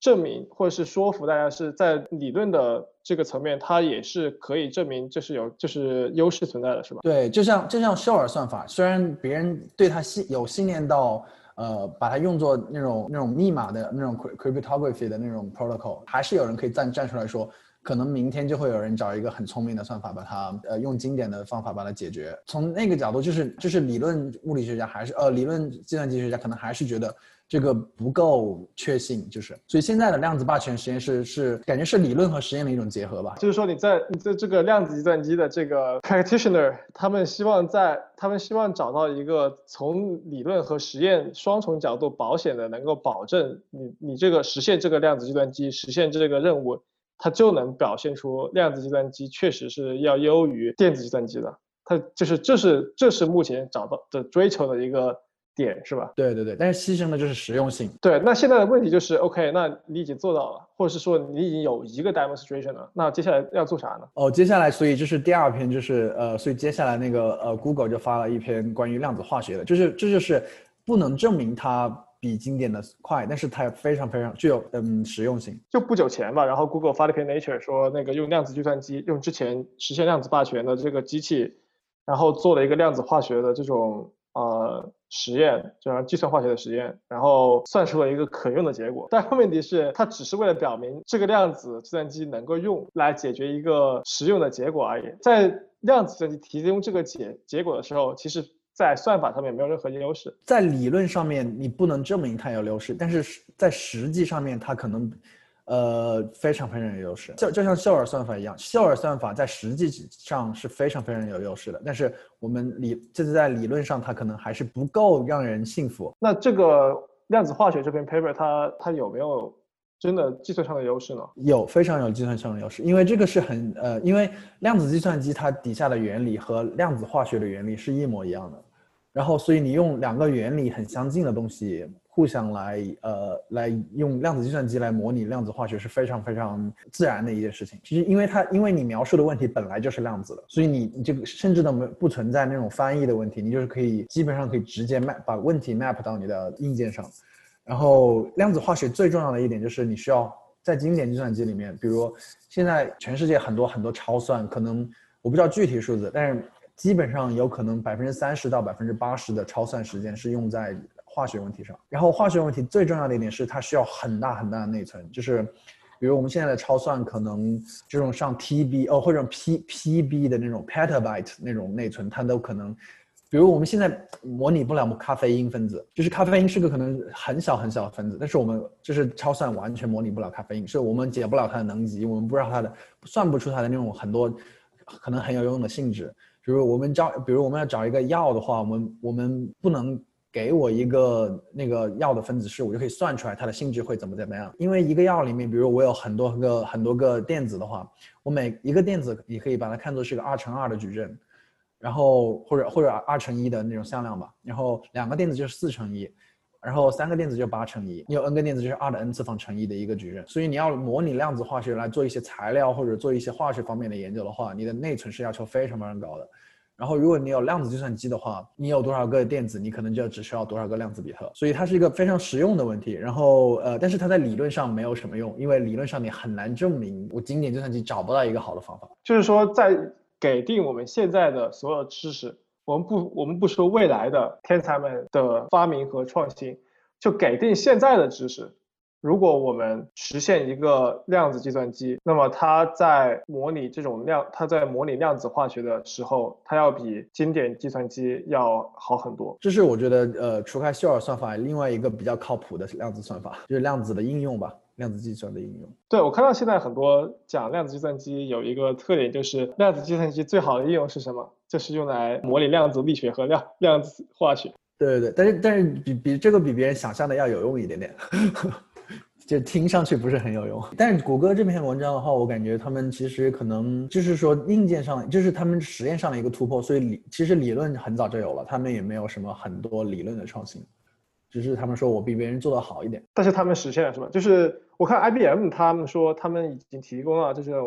证明或者是说服大家是在理论的这个层面，它也是可以证明这是有就是优势存在的，是吧？ 对，就像就像秀尔算法，虽然别人对它信有信念到，呃，把它用作那种那种密码的那种 cryptography 的那种 protocol， 还是有人可以站站出来说，可能明天就会有人找一个很聪明的算法把它呃用经典的方法把它解决。从那个角度，就是就是理论物理学家还是呃理论计算机学家可能还是觉得这个不够确信，就是所以现在的量子霸权实验室是感觉是理论和实验的一种结合吧。 就是说你在你在这个量子计算机的这个 practitioner， 他们希望在他们希望找到一个从理论和实验双重角度保险的，能够保证你你这个实现这个量子计算机实现这个任务，它就能表现出量子计算机确实是要优于电子计算机的。它就是这是这是目前找到的追求的一个点，是吧？ 对对对，但是牺牲的就是实用性。 对，那现在的问题就是 OK， 那你已经做到了，或者是说你已经有一个 demonstration 了，那接下来要做啥呢？ 哦，接下来所以这是第二篇，就是呃，所以接下来那个呃 Google 就发了一篇关于量子化学的，就是这就是不能证明它比经典的快，但是它非常非常具有嗯实用性。 就不久前吧，然后 Google 发了一篇 Nature 说那个用量子计算机，用之前实现量子霸权的这个机器，然后做了一个量子化学的这种呃实验，就是计算化学的实验，然后算出了一个可用的结果。但问题是，它只是为了表明这个量子计算机能够用来解决一个实用的结果而已。在量子计算机提供这个结结果的时候，其实在算法上面没有任何优势。 在理论上面你不能证明它有优势，但是在实际上面它可能呃非常非常有优势。就就像秀尔算法一样，秀尔算法在实际上是非常非常有优势的，但是我们理这是在理论上它可能还是不够让人信服。 那这个量子化学这篇 paper 它它有没有真的计算上的优势呢？ 有，非常有计算上的优势，因为这个是很呃，因为量子计算机它底下的原理和量子化学的原理是一模一样的，然后所以你用两个原理很相近的东西互相来呃来用量子计算机来模拟量子化学是非常非常自然的一件事情。其实因为它因为你描述的问题本来就是量子的，所以你你这个甚至都不存在那种翻译的问题，你就是可以基本上可以直接 map 把问题 map 到你的硬件上。然后量子化学最重要的一点就是你需要在经典计算机里面，比如现在全世界很多很多超算，可能我不知道具体数字，但是基本上有可能百分之三十到百分之八十的超算时间是用在化学问题上。然后化学问题最重要的一点是它需要很大很大的内存，就是比如我们现在的超算可能这种上 T B 哦或者 P PB 的那种 petabyte 那种内存，它都可能。比如我们现在模拟不了咖啡因分子，就是咖啡因是个可能很小很小的分子，但是我们就是超算完全模拟不了咖啡因，是我们解不了它的能级，我们不知道它的算不出它的那种很多可能很有用的性质。比如我们找，比如我们要找一个药的话，我们我们不能给我一个那个药的分子式，我就可以算出来它的性质会怎么怎么样。因为一个药里面，比如我有很多个很多个电子的话，我每一个电子你可以把它看作是个二乘二的矩阵。然后或者或者二乘一的那种向量吧，然后两个电子就是四乘一，然后三个电子就八乘一，你有 n 个电子就是二的 n 次方乘一的一个矩阵。所以你要模拟量子化学来做一些材料或者做一些化学方面的研究的话，你的内存是要求非常非常高的。然后如果你有量子计算机的话，你有多少个电子，你可能就只需要多少个量子比特。所以它是一个非常实用的问题。然后呃，但是它在理论上没有什么用，因为理论上你很难证明我经典计算机找不到一个好的方法。 就是说在给定我们现在的所有知识，我们不我们不说未来的天才们的发明和创新，就给定现在的知识。如果我们实现一个量子计算机，那么它在模拟这种量，它在模拟量子化学的时候，它要比经典计算机要好很多。 这是我觉得，呃，除开秀尔算法，另外一个比较靠谱的量子算法，就是量子的应用吧，量子计算的应用。 对，我看到现在很多讲量子计算机有一个特点，就是量子计算机最好的应用是什么？就是用来模拟量子力学和量量子化学。 对对对，但是但是比比这个比别人想象的要有用一点点。就听上去不是很有用，但是谷歌这篇文章的话，我感觉他们其实可能就是说硬件上，就是他们实验上的一个突破，所以理其实理论很早就有了，他们也没有什么很多理论的创新，只是他们说我比别人做得好一点。 但是他们实现了是吧？就是我看 I B M 他们说他们已经提供了这种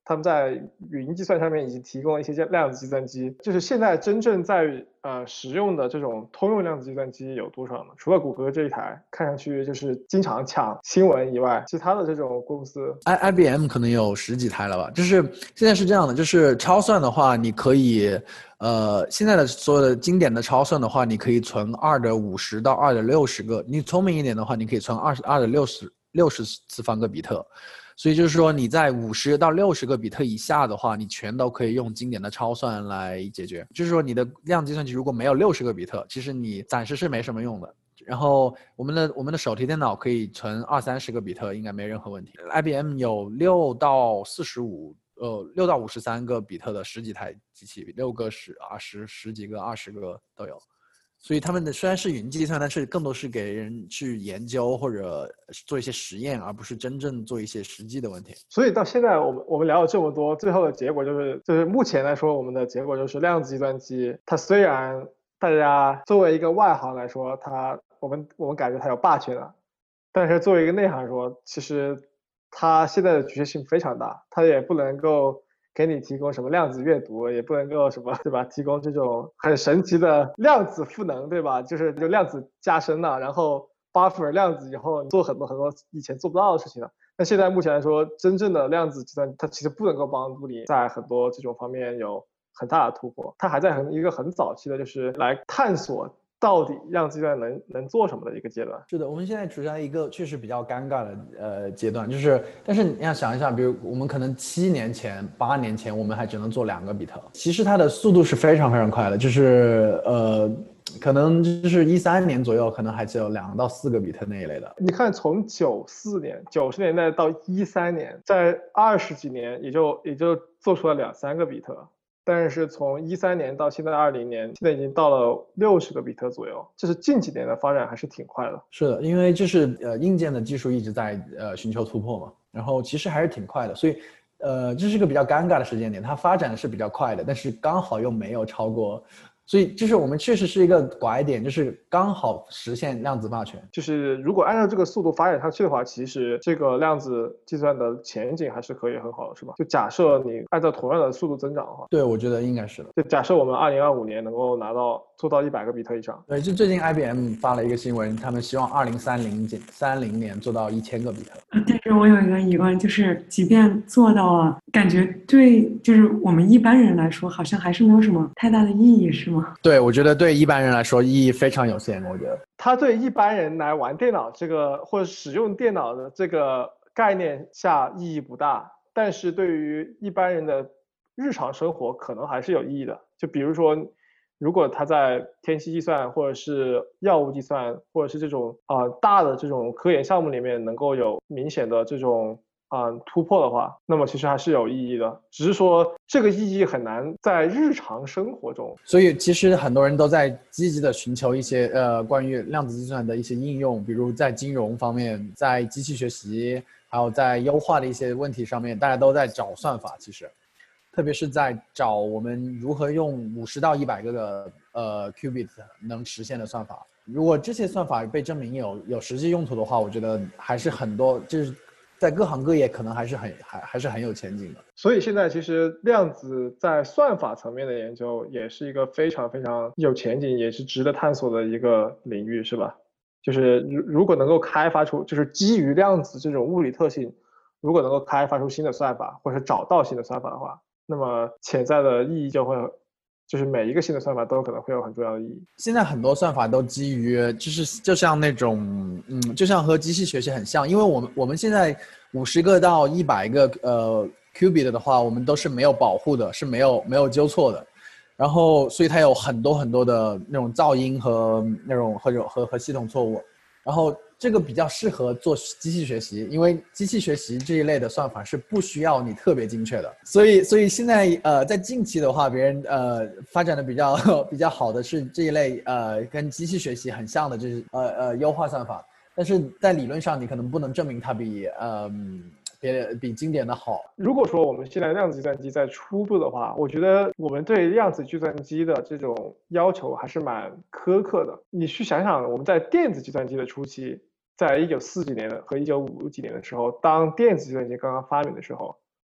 他们在云计算上面已经提供了一些量子计算机，就是现在真正在呃使用的这种通用量子计算机有多少呢？除了谷歌这一台看上去就是经常抢新闻以外，其他的这种公司 I IBM 可能有十几台了吧。就是现在是这样的，就是超算的话，你可以呃现在的所有的经典的超算的话，你可以存二的五十到二的六十个，你聪明一点的话，你可以存二十二的六十六十次方个比特。所以就是说你在五十到六十个比特以下的话，你全都可以用经典的超算来解决。就是说你的量子计算机如果没有六十个比特，其实你暂时是没什么用的。然后我们的我们的手提电脑可以存二三十个比特，应该没任何问题。I B M 有六到四十五，呃，六到五十三个比特的十几台机器，六个十啊十十几个二十个都有。所以他们的虽然是云计算，但是更多是给人去研究或者做一些实验，而不是真正做一些实际的问题。 所以到现在我们我们聊了这么多，最后的结果就是就是目前来说，我们的结果就是量子计算机，它虽然大家作为一个外行来说，它我们我们感觉它有霸权了，但是作为一个内行说，其实它现在的局限性非常大，它也不能够给你提供什么量子阅读，也不能够什么对吧？提供这种很神奇的量子赋能，对吧？就是就量子加深了，然后 buffer 量子以后做很多很多以前做不到的事情了。那现在目前来说，真正的量子计算它其实不能够帮助你在很多这种方面有很大的突破，它还在很一个很早期的，就是来探索到底量子计算能能做什么的一个阶段。 是的，我们现在处在一个确实比较尴尬的呃阶段，就是但是你要想一下，比如我们可能七年前、八年前，我们还只能做两个比特，其实它的速度是非常非常快的，就是呃。可能就是一三年左右，可能还只有两到四个比特那一类的。 你看，从九四年、九十年代到一三年，在二十几年，也就也就做出了两三个比特。但是从一三年到现在二零年，现在已经到了六十个比特左右，这是近几年的发展还是挺快的。 是的，因为就是呃硬件的技术一直在呃寻求突破嘛，然后其实还是挺快的，所以呃这是一个比较尴尬的时间点，它发展的是比较快的，但是刚好又没有超过。所以就是我们确实是一个拐点，就是刚好实现量子霸权。 就是如果按照这个速度发展下去的话，其实这个量子计算的前景还是可以很好的，是吧？就假设你按照同样的速度增长的话， 对，我觉得应该是的。 就假设我们二零二五年能够拿到做到一百个比特以上。 对，就最近 I B M 发了一个新闻，他们希望二零三零三零年做到一千个比特。 但是我有一个疑问，就是即便做到了，感觉对就是我们一般人来说，好像还是没有什么太大的意义，是吗？ 对，我觉得对一般人来说意义非常有限。我觉得它对一般人来玩电脑这个或者使用电脑的这个概念下意义不大，但是对于一般人的日常生活可能还是有意义的。就比如说，如果它在天气计算或者是药物计算或者是这种啊、呃、大的这种科研项目里面能够有明显的这种啊、呃、突破的话，那么其实还是有意义的，只是说这个意义很难在日常生活中。 所以其实很多人都在积极的寻求一些呃关于量子计算的一些应用，比如在金融方面，在机器学习，还有在优化的一些问题上面，大家都在找算法。其实特别是在找我们如何用五十到一百个的呃 qubit 能实现的算法。如果这些算法被证明有有实际用途的话，我觉得还是很多，就是在各行各业可能还是很还还是很有前景的。 所以现在其实量子在算法层面的研究也是一个非常非常有前景，也是值得探索的一个领域，是吧？就是如如果能够开发出，就是基于量子这种物理特性，如果能够开发出新的算法，或者找到新的算法的话，那么潜在的意义就会，就是每一个新的算法都可能会有很重要的意义。 现在很多算法都基于，就是就像那种，嗯，就像和机器学习很像，因为我们我们现在五十个到一百个呃 qubit 的话，我们都是没有保护的，是没有没有纠错的，然后所以它有很多很多的那种噪音和那种和和和系统错误，然后这个比较适合做机器学习，因为机器学习这一类的算法是不需要你特别精确的，所以所以现在呃在近期的话，别人呃发展的比较比较好的是这一类呃跟机器学习很像的，就是呃呃优化算法，但是在理论上你可能不能证明它比呃别比经典的好。 如果说我们现在量子计算机在初步的话，我觉得我们对量子计算机的这种要求还是蛮苛刻的。你去想想，我们在电子计算机的初期，在一九四几年的和一九五几年的时候，当电子计算机刚刚发明的时候，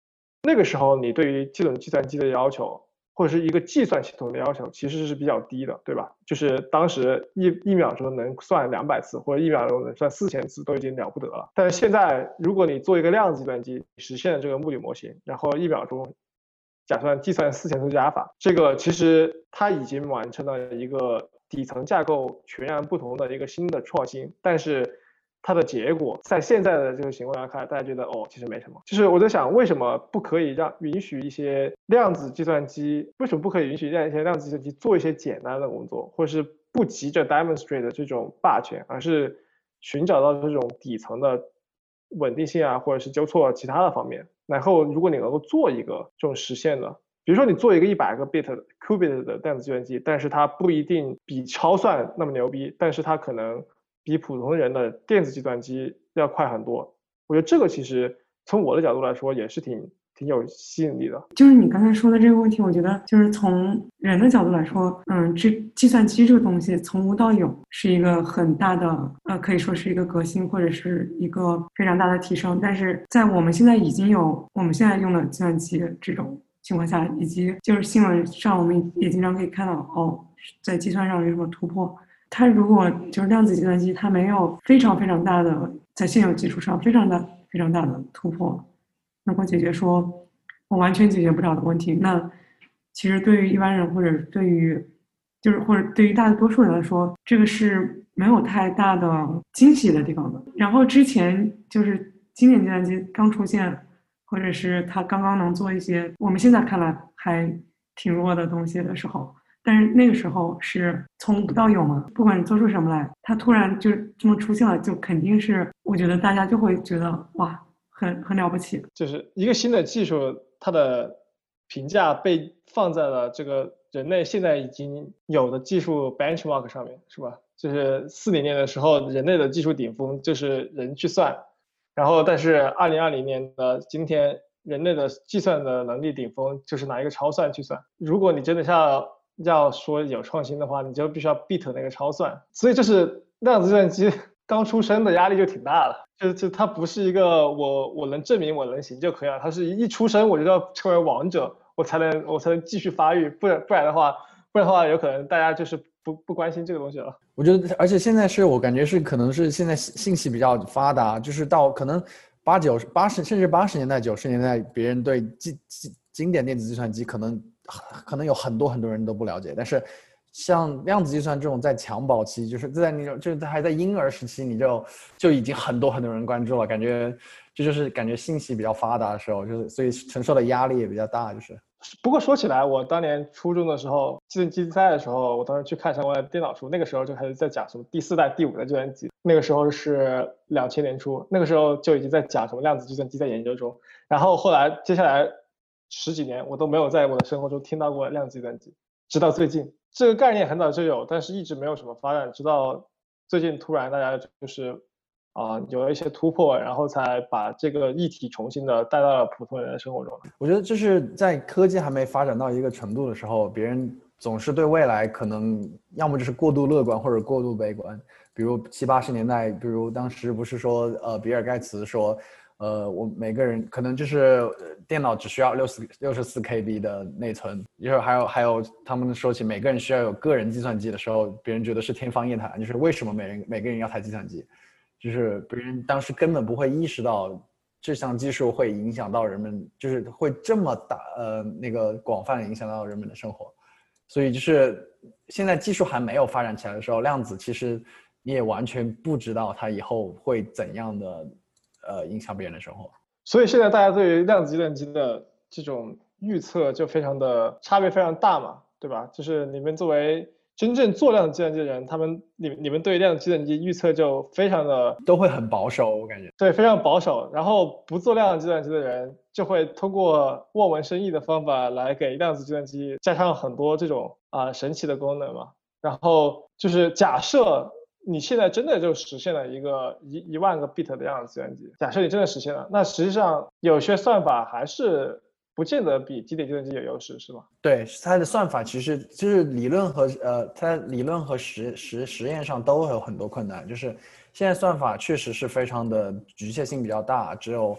那个时候你对于这种计算机的要求或者是一个计算系统的要求其实是比较低的，对吧？就是当时一一秒钟能算两百次或者一秒钟能算四千次都已经了不得了。但是现在如果你做一个量子计算机实现这个物理模型，然后一秒钟假算计算四千次加法，这个其实它已经完成了一个底层架构全然不同的一个新的创新，但是它的结果在现在的这个情况下看，大家觉得哦，其实没什么。就是我在想，为什么不可以让允许一些量子计算机，为什么不可以允许让一些量子计算机做一些简单的工作，或者是不急着 demonstrate 这种霸权，而是寻找到这种底层的稳定性啊，或者是纠错其他的方面。然后，如果你能够做一个这种实现的，比如说你做一个一百个 bit qubit 的量子计算机，但是它不一定比超算那么牛逼，但是它可能比普通人的电子计算机要快很多。我觉得这个其实从我的角度来说也是挺挺有吸引力的。 就是你刚才说的这个问题，我觉得就是从人的角度来说，嗯，这计算机这个东西从无到有是一个很大的，呃，可以说是一个革新或者是一个非常大的提升。但是在我们现在已经有我们现在用的计算机这种情况下，以及就是新闻上我们也经常可以看到，哦，在计算上有什么突破。它如果就是量子计算机，它没有非常非常大的在现有基础上非常大非常大的突破，能够解决说我完全解决不了的问题，那其实对于一般人或者对于就是或者对于大多数人来说，这个是没有太大的惊喜的地方的。然后之前就是经典计算机刚出现，或者是它刚刚能做一些我们现在看来还挺弱的东西的时候，但是那个时候是从无到有嘛，不管你做出什么来，它突然就这么出现了，就肯定是我觉得大家就会觉得哇，很很了不起。 就是一个新的技术，它的评价被放在了这个人类现在已经有的技术 benchmark 上面，是吧？就是四零年的时候，人类的技术顶峰就是人去算，然后但是二零二零年的今天，人类的计算的能力顶峰就是拿一个超算去算。如果你真的要要说有创新的话，你就必须要 beat 那个超算。所以就是量子计算机刚出生的压力就挺大的，就就它不是一个我我能证明我能行就可以了，它是一出生我就要成为王者，我才能我才能继续发育，不然不然的话，不然的话有可能大家就是不不关心这个东西了。 我觉得，而且现在是我感觉是可能是现在信息比较发达，就是到可能八九八十甚至八十年代九十年代，别人对经经典电子计算机可能可能有很多很多人都不了解，但是像量子计算这种在襁褓期，就是在那种就是还在婴儿时期，你就就已经很多很多人关注了，感觉这就是感觉信息比较发达的时候，就是所以承受的压力也比较大，就是。 不过说起来，我当年初中的时候，计算机赛的时候，我当时去看相关的电脑书，那个时候就开始在讲什么第四代、第五代计算机。那个时候是两千年初，那个时候就已经在讲什么量子计算机在研究中。然后后来接下来十几年，我都没有在我的生活中听到过量子计算机，直到最近，这个概念很早就有，但是一直没有什么发展，直到最近突然大家就是啊、呃，有了一些突破，然后才把这个议题重新的带到了普通人的生活中。 我觉得就是在科技还没发展到一个程度的时候，别人总是对未来可能要么就是过度乐观或者过度悲观。比如七八十年代，比如当时不是说呃比尔盖茨说，呃我每个人可能就是电脑只需要六十六十四 K B 的内存，然后还有还有他们说起每个人需要有个人计算机的时候，别人觉得是天方夜谭，就是为什么每人每个人要台计算机？就是别人当时根本不会意识到这项技术会影响到人们，就是会这么大呃那个广泛的影响到人们的生活。所以就是现在技术还没有发展起来的时候，量子其实你也完全不知道它以后会怎样的呃影响别人的生活。 所以现在大家对于量子计算机的这种预测就非常的差别非常大嘛，对吧？就是你们作为真正做量子计算机的人，他们你你们对量子计算机预测就非常的都会很保守，我感觉。 对，非常保守。然后不做量子计算机的人就会通过望文生义的方法来给量子计算机加上很多这种啊、呃、神奇的功能嘛。然后就是假设你现在真的就实现了一个一一万个 bit 的量子计算机，假设你真的实现了，那实际上有些算法还是不见得比经典计算机有优势，是吧？ 对，它的算法其实就是理论和呃，它理论和实实实验上都有很多困难。就是现在算法确实是非常的局限性比较大，只有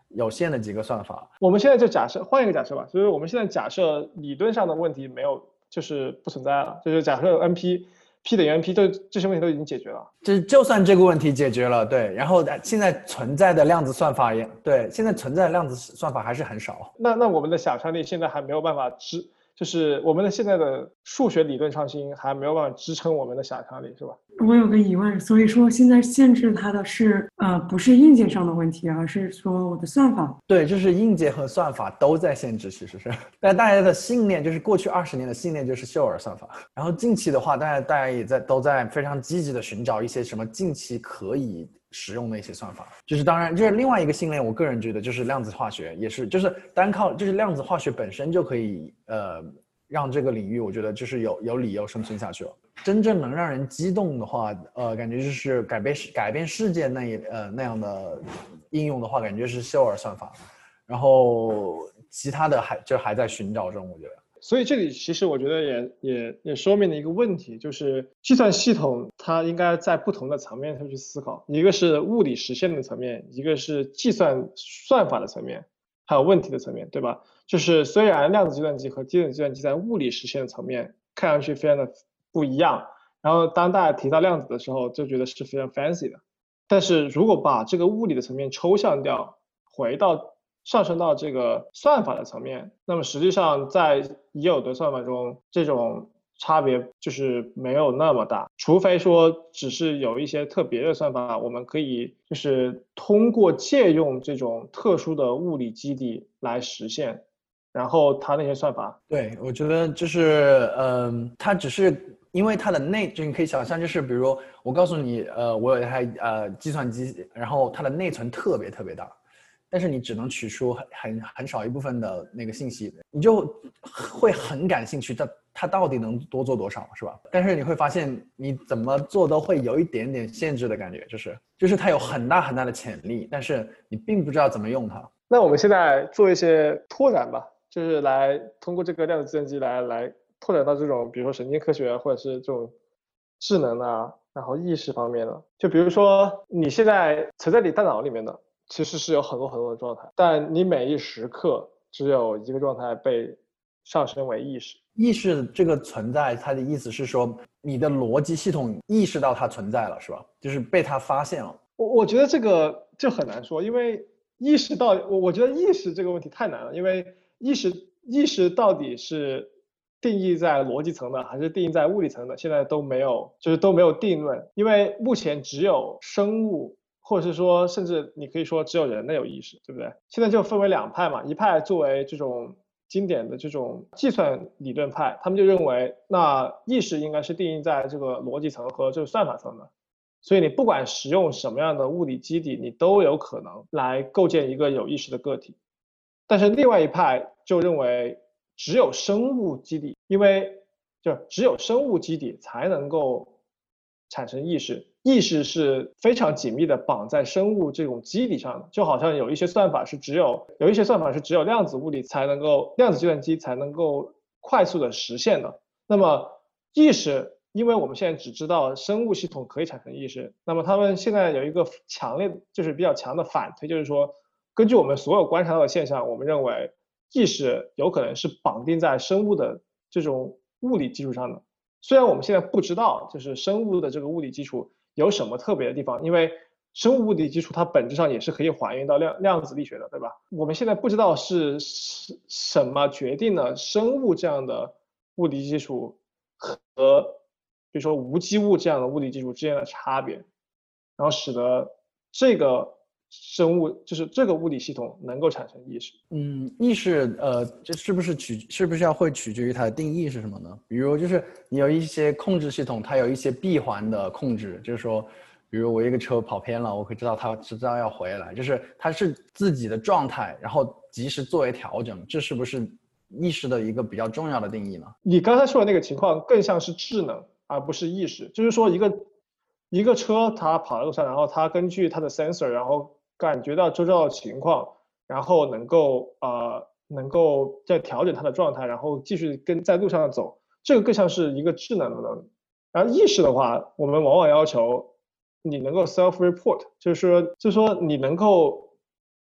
有限的几个算法。 我们现在就假设换一个假设吧，就是我们现在假设理论上的问题没有，就是不存在了，就是假设 N P P 等于 N P， 这这些问题都已经解决了。 就就算这个问题解决了，对，然后现在存在的量子算法也对，现在存在的量子算法还是很少。 那那我们的想象力现在还没有办法支，就是我们的现在的数学理论创新还没有办法支撑我们的想象力，是吧？ 我有个疑问，所以说现在限制它的是呃不是硬件上的问题，而是说我的算法。 对，就是硬件和算法都在限制，其实是。但大家的信念就是过去二十年的信念就是秀尔算法，然后近期的话，大家大家也在都在非常积极的寻找一些什么近期可以使用的一些算法。就是当然，就是另外一个信念，我个人觉得就是量子化学，也是就是单靠就是量子化学本身就可以呃。让这个领域我觉得就是有有理由生存下去了。真正能让人激动的话，呃，感觉就是改变改变世界那一呃那样的应用的话，感觉是秀尔算法，然后其他的还就还在寻找中，我觉得。 所以这里其实我觉得也也也说明了一个问题，就是计算系统它应该在不同的层面上去思考，一个是物理实现的层面，一个是计算算法的层面，还有问题的层面，对吧？就是虽然量子计算机和低等计算机在物理实现的层面看上去非常的不一样，然后当大家提到量子的时候就觉得是非常 fancy 的，但是如果把这个物理的层面抽象掉，回到上升到这个算法的层面，那么实际上在已有的算法中，这种差别就是没有那么大，除非说只是有一些特别的算法，我们可以就是通过借用这种特殊的物理基底来实现，然后它那些算法， 对，我觉得就是嗯，它只是因为它的内，就你可以想象，就是比如我告诉你，呃，我有一台呃计算机，然后它的内存特别特别大，但是你只能取出很很很少一部分的那个信息，你就会很感兴趣，它它到底能多做多少，是吧？但是你会发现，你怎么做都会有一点点限制的感觉，就是就是它有很大很大的潜力，但是你并不知道怎么用它。 那我们现在做一些拓展吧。就是来通过这个量子计算机来来拓展到这种比如说神经科学或者是这种智能啊，然后意识方面的。就比如说你现在存在你大脑里面的其实是有很多很多的状态，但你每一时刻只有一个状态被上升为意识。 意识这个存在，它的意思是说你的逻辑系统意识到它存在了，是吧？就是被它发现了。 我我觉得这个就很难说，因为意识到我我觉得意识这个问题太难了，因为意识意识到底是定义在逻辑层的还是定义在物理层的，现在都没有，就是都没有定论。因为目前只有生物，或者是说甚至你可以说只有人类有意识，对不对？现在就分为两派嘛，一派作为这种经典的这种计算理论派，他们就认为那意识应该是定义在这个逻辑层和这个算法层的。所以你不管使用什么样的物理基底，你都有可能来构建一个有意识的个体。但是另外一派就认为只有生物基底，因为就只有生物基底才能够产生意识，意识是非常紧密的绑在生物这种基底上的，就好像有一些算法是只有有一些算法是只有量子物理才能够量子计算机才能够快速的实现的。那么意识，因为我们现在只知道生物系统可以产生意识，那么他们现在有一个强烈就是比较强的反推，就是说根据我们所有观察到的现象，我们认为意识有可能是绑定在生物的这种物理基础上的。虽然我们现在不知道就是生物的这个物理基础有什么特别的地方，因为生物物理基础它本质上也是可以还原到量量子力学的，对吧？我们现在不知道是什么决定了生物这样的物理基础和比如说无机物这样的物理基础之间的差别，然后使得这个生物就是这个物理系统能够产生意识。 嗯，意识呃，这是不是取是不是要会取决于它的定义是什么呢？比如就是你有一些控制系统，它有一些闭环的控制，就是说，比如我一个车跑偏了，我可以知道它知道要回来，就是它是自己的状态，然后及时作为调整，这是不是意识的一个比较重要的定义呢？ 你刚才说的那个情况更像是智能，而不是意识。就是说一个一个车它跑在路上，然后它根据它的 sensor， 然后感觉到周遭的情况，然后能够呃能够再调整它的状态，然后继续跟在路上走，这个更像是一个智能的能力。然后意识的话，我们往往要求你能够 self report， 就是说就是说你能够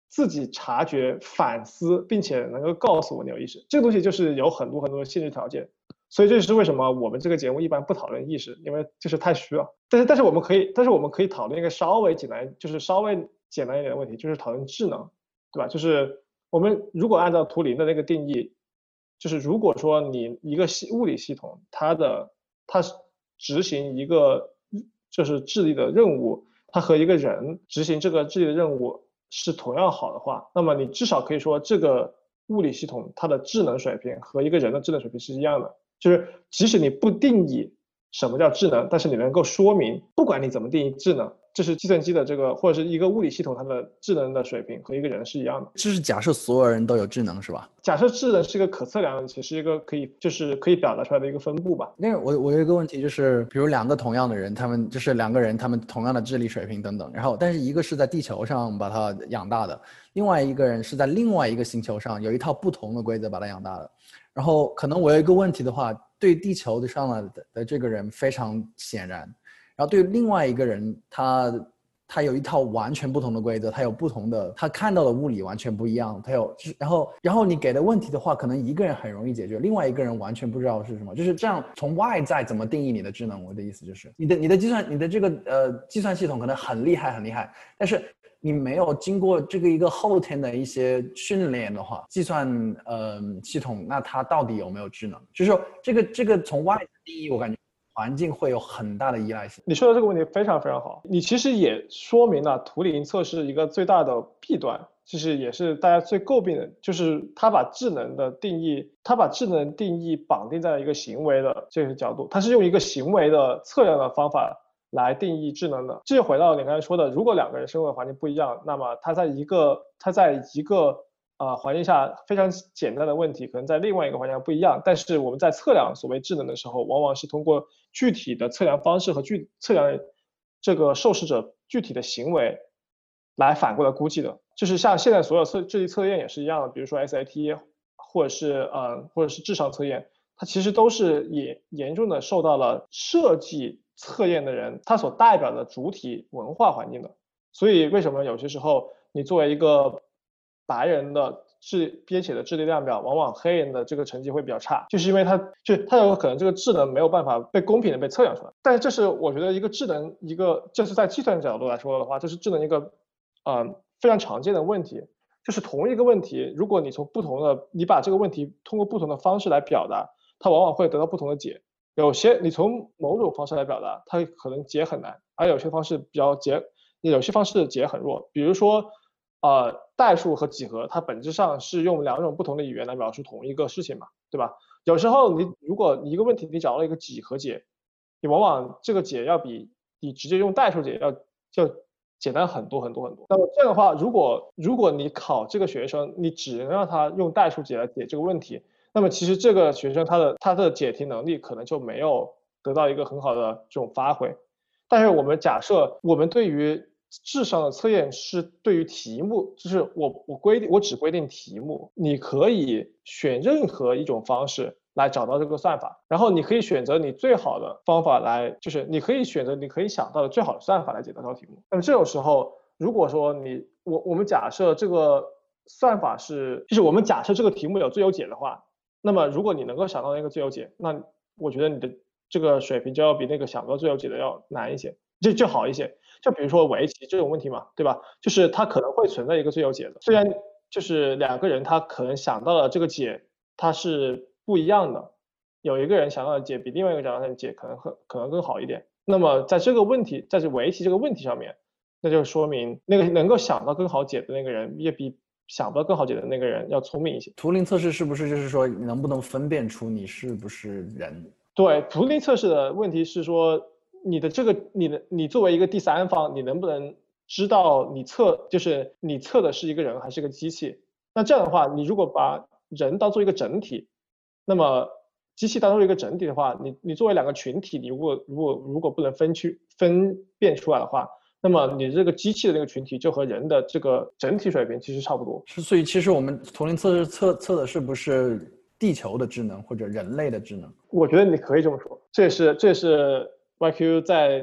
自己察觉、反思，并且能够告诉我你有意识，这个东西就是有很多很多的限制条件。所以这是为什么我们这个节目一般不讨论意识，因为就是太虚了。但是但是我们可以，但是我们可以讨论一个稍微简单，就是稍微简单一点的问题，就是讨论智能，对吧？就是我们如果按照图灵的那个定义，就是如果说你一个系物理系统，它的它执行一个就是智力的任务，它和一个人执行这个智力的任务是同样好的话，那么你至少可以说这个物理系统它的智能水平和一个人的智能水平是一样的。就是即使你不定义什么叫智能，但是你能够说明，不管你怎么定义智能，这是计算机的这个或者是一个物理系统它的智能的水平和一个人是一样的。 这是假设所有人都有智能是吧？ 假设智能是一个可测量的，其实是一个可以就是可以表达出来的一个分布吧。 那我我有一个问题就是，比如两个同样的人，他们就是两个人，他们同样的智力水平等等，然后但是一个是在地球上把它养大的，另外一个人是在另外一个星球上有一套不同的规则把它养大的。然后可能我有一个问题的话，对地球上的的这个人非常显然，然后对另外一个人他他有一套完全不同的规则，他有不同的，他看到的物理完全不一样，他有，然后然后你给的问题的话，可能一个人很容易解决，另外一个人完全不知道是什么，就是这样。从外在怎么定义你的智能？我的意思就是，你的你的计算，你的这个呃计算系统可能很厉害很厉害，但是你没有经过这个一个后天的一些训练的话，计算呃系统，那它到底有没有智能？就是说这个这个从外在定义，我感觉环境会有很大的依赖性。 你说的这个问题非常非常好，你其实也说明了图灵测试一个最大的弊端，其实也是大家最诟病的，就是他把智能的定义，他把智能定义绑定在一个行为的这个角度，他是用一个行为的测量的方法来定义智能的。这就回到你刚才说的，如果两个人生活环境不一样，那么他在一个他在一个啊、呃、环境下非常简单的问题，可能在另外一个环境下不一样。但是我们在测量所谓智能的时候，往往是通过具体的测量方式和具测量这个受试者具体的行为来反过来估计的。就是像现在所有测智力测验也是一样的，比如说 S A T 或者是呃或者是智商测验，它其实都是也严重的受到了设计测验的人他所代表的主体文化环境的。所以为什么有些时候你作为一个白人的智编写的智力量表，往往黑人的这个成绩会比较差，就是因为他就他有可能这个智能没有办法被公平的被测量出来。但是这是我觉得一个智能一个就是在计算角度来说的话，这是智能一个呃非常常见的问题，就是同一个问题，如果你从不同的你把这个问题通过不同的方式来表达，它往往会得到不同的解。有些你从某种方式来表达，它可能解很难，而有些方式比较解，有些方式解很弱。比如说呃，代数和几何，它本质上是用两种不同的语言来描述同一个事情嘛，对吧？有时候你如果你一个问题你找到一个几何解，你往往这个解要比你直接用代数解要要简单很多很多很多。那么这样的话，如果如果你考这个学生，你只能让他用代数解来解这个问题，那么其实这个学生他的他的解题能力可能就没有得到一个很好的这种发挥。但是我们假设我们对于智商的测验是对于题目，就是我我规定我只规定题目，你可以选任何一种方式来找到这个算法，然后你可以选择你最好的方法来，就是你可以选择你可以想到的最好的算法来解这道题目。那么这种时候，如果说你我我们假设这个算法是，就是我们假设这个题目有最优解的话，那么如果你能够想到那个最优解，那我觉得你的这个水平就要比那个想到最优解的要难一些，就就好一些。就比如说围棋这种问题嘛，对吧？就是它可能会存在一个最优解的，虽然就是两个人他可能想到了这个解，它是不一样的，有一个人想到的解比另外一个人想到的解可能很可能更好一点。那么在这个问题，在这围棋这个问题上面，那就说明那个能够想到更好解的那个人，也比想不到更好解的那个人要聪明一些。 图灵测试是不是就是说你能不能分辨出你是不是人？ 对，图灵测试的问题是说，你的这个你的你作为一个第三方，你能不能知道你测就是你测的是一个人还是个机器？那这样的话，你如果把人当做一个整体，那么机器当做一个整体的话，你你作为两个群体，你如果如果如果不能分区分辨出来的话，那么你这个机器的那个群体就和人的这个整体水平其实差不多。 是，所以其实我们图灵测试测测的是不是地球的智能或者人类的智能？ 我觉得你可以这么说，这也是这也是 Y Q 在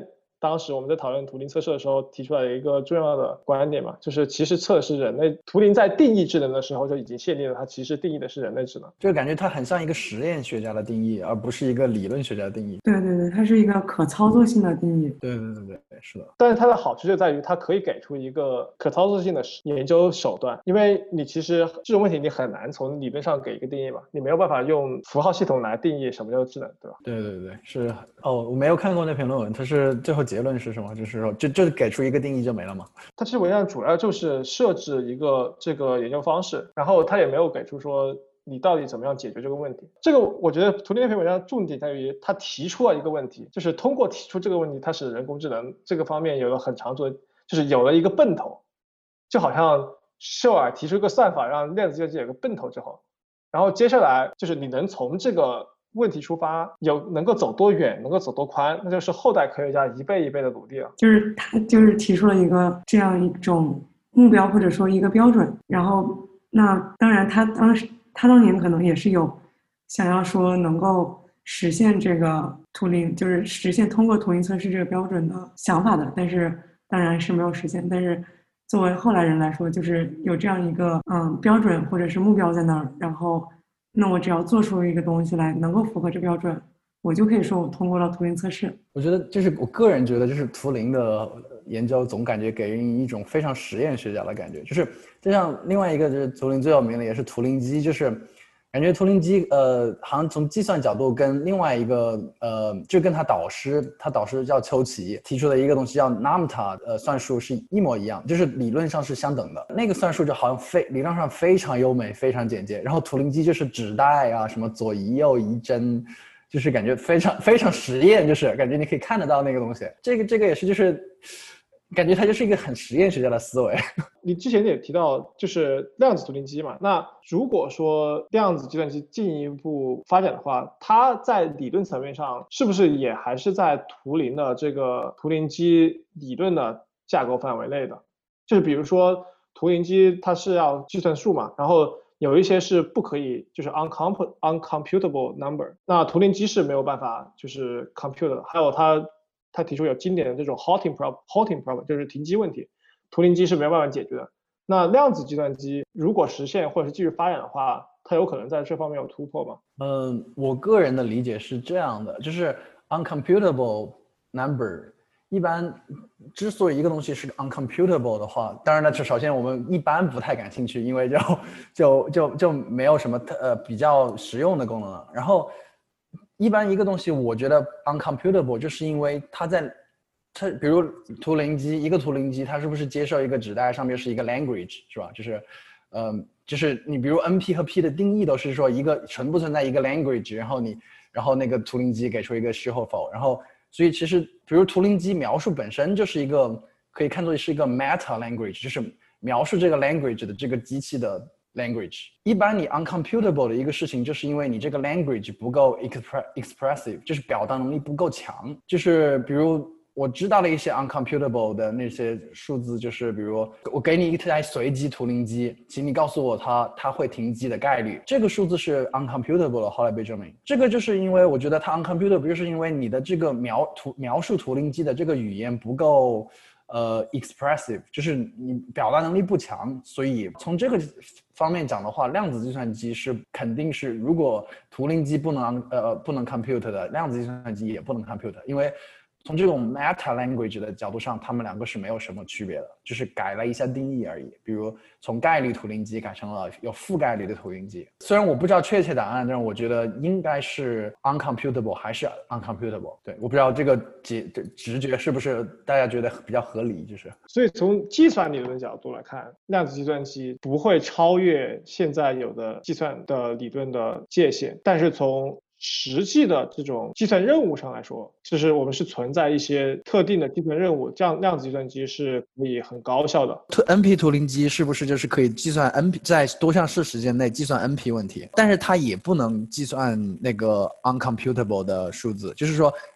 当时我们在讨论图灵测试的时候提出来的一个重要的观点嘛，就是其实测的是人类。图灵在定义智能的时候就已经限定了它其实定义的是人类智能， 就感觉它很像一个实验学家的定义，而不是一个理论学家的定义。 对对对，它是一个可操作性的定义。 对对对对，是的。 但是它的好处就在于它可以给出一个可操作性的研究手段，因为你其实这种问题你很难从理论上给一个定义嘛，你没有办法用符号系统来定义什么叫智能，对吧？ 对对对，是。哦，我没有看过那篇论文，它是最后结论是什么？就是说就就给出一个定义就没了吗？ 它其实文章主要就是设置一个这个研究方式，然后它也没有给出说你到底怎么样解决这个问题。这个我觉得图灵那篇文章重点在于他提出了一个问题，就是通过提出这个问题，它使人工智能这个方面有了很长足的，就是有了一个奔头，就好像秀尔提出一个算法让量子计算机有个奔头之后，然后接下来就是你能从这个问题出发，有能够走多远，能够走多宽，那就是后代科学家一辈一辈的努力了。 就是他就是提出了一个这样一种目标或者说一个标准，然后那当然他当时他当年可能也是有想要说能够实现这个图灵，就是实现通过图灵测试这个标准的想法的，但是当然是没有实现。但是作为后来人来说，就是有这样一个嗯标准或者是目标在那儿，然后那我只要做出一个东西来能够符合这标准，我就可以说我通过了图灵测试。 我觉得就是我个人觉得，就是图灵的研究总感觉给人一种非常实验学家的感觉，就是就像另外一个就是图灵最有名的也是图灵机，就是感觉图灵机呃好像从计算角度跟另外一个呃就跟他导师他导师叫丘奇提出的一个东西叫 Namta 呃算术是一模一样，就是理论上是相等的。那个算术就好像非理论上非常优美非常简洁，然后图灵机就是指代啊什么左移右移针，就是感觉非常非常实验，就是感觉你可以看得到那个东西。这个这个也是就是感觉它就是一个很实验学家的思维。 你之前也提到就是量子图灵机嘛，那如果说量子计算机进一步发展的话，它在理论层面上是不是也还是在图灵的这个图灵机理论的架构范围内的？就是比如说图灵机它是要计算数嘛，然后有一些是不可以，就是 uncomp uncomputable number， 那图灵机是没有办法就是 compute 的。还有它他提出有经典的这种 halting problem halting problem 就是停机问题，图灵机是没有办法解决的。那量子计算机如果实现或者是继续发展的话，它有可能在这方面有突破吗？ 嗯，我个人的理解是这样的，就是 uncomputable number 一般之所以一个东西是 uncomputable 的话，当然了，首先我们一般不太感兴趣，因为就就就就没有什么呃比较实用的功能了。然后一般一个东西我觉得 uncomputable 就是因为它在它比如图灵机，一个图灵机它是不是接受一个指代上面是一个 language 是吧，就是嗯就是你比如 N P 和 P 的定义都是说一个存不存在一个 language， 然后你然后那个图灵机给出一个是或否，然后所以其实比如图灵机描述本身就是一个可以看作是一个 meta language， 就是描述这个 language 的这个机器的language。一般你 uncomputable 的一个事情就是因为你这个 language 不够 expressive， 就是表达能力不够强。就是比如我知道了一些 uncomputable 的那些数字，就是比如我给你一台随机图灵机，请你告诉我它它会停机的概率，这个数字是 uncomputable 的，后来被证明。这个就是因为我觉得它 uncomputable 就是因为你的这个描图描述图灵机的这个语言不够呃 expressive， 就是你表达能力不强，所以从这个方面讲的话，量子计算机是肯定是如果图灵机不能呃不能 compute 的，量子计算机也不能 compute， 因为从这种 meta language 的角度上，他们两个是没有什么区别的，就是改了一下定义而已。比如从概率图灵机改成了有负概率的图灵机。虽然我不知道确切答案，但是我觉得应该是 uncomputable 还是 uncomputable。对，我不知道这个直直觉是不是大家觉得比较合理，就是。 所以从计算理论的角度来看，量子计算机不会超越现在有的计算的理论的界限，但是从实际的这种计算任务上来说，就是我们是存在一些特定的计算任务，这样量子计算机是可以很高效的。 N P 图灵机是不是就是可以计算 N P 在多项式时间内计算 N P 问题，但是它也不能计算那个 uncomputable 的数字，就是说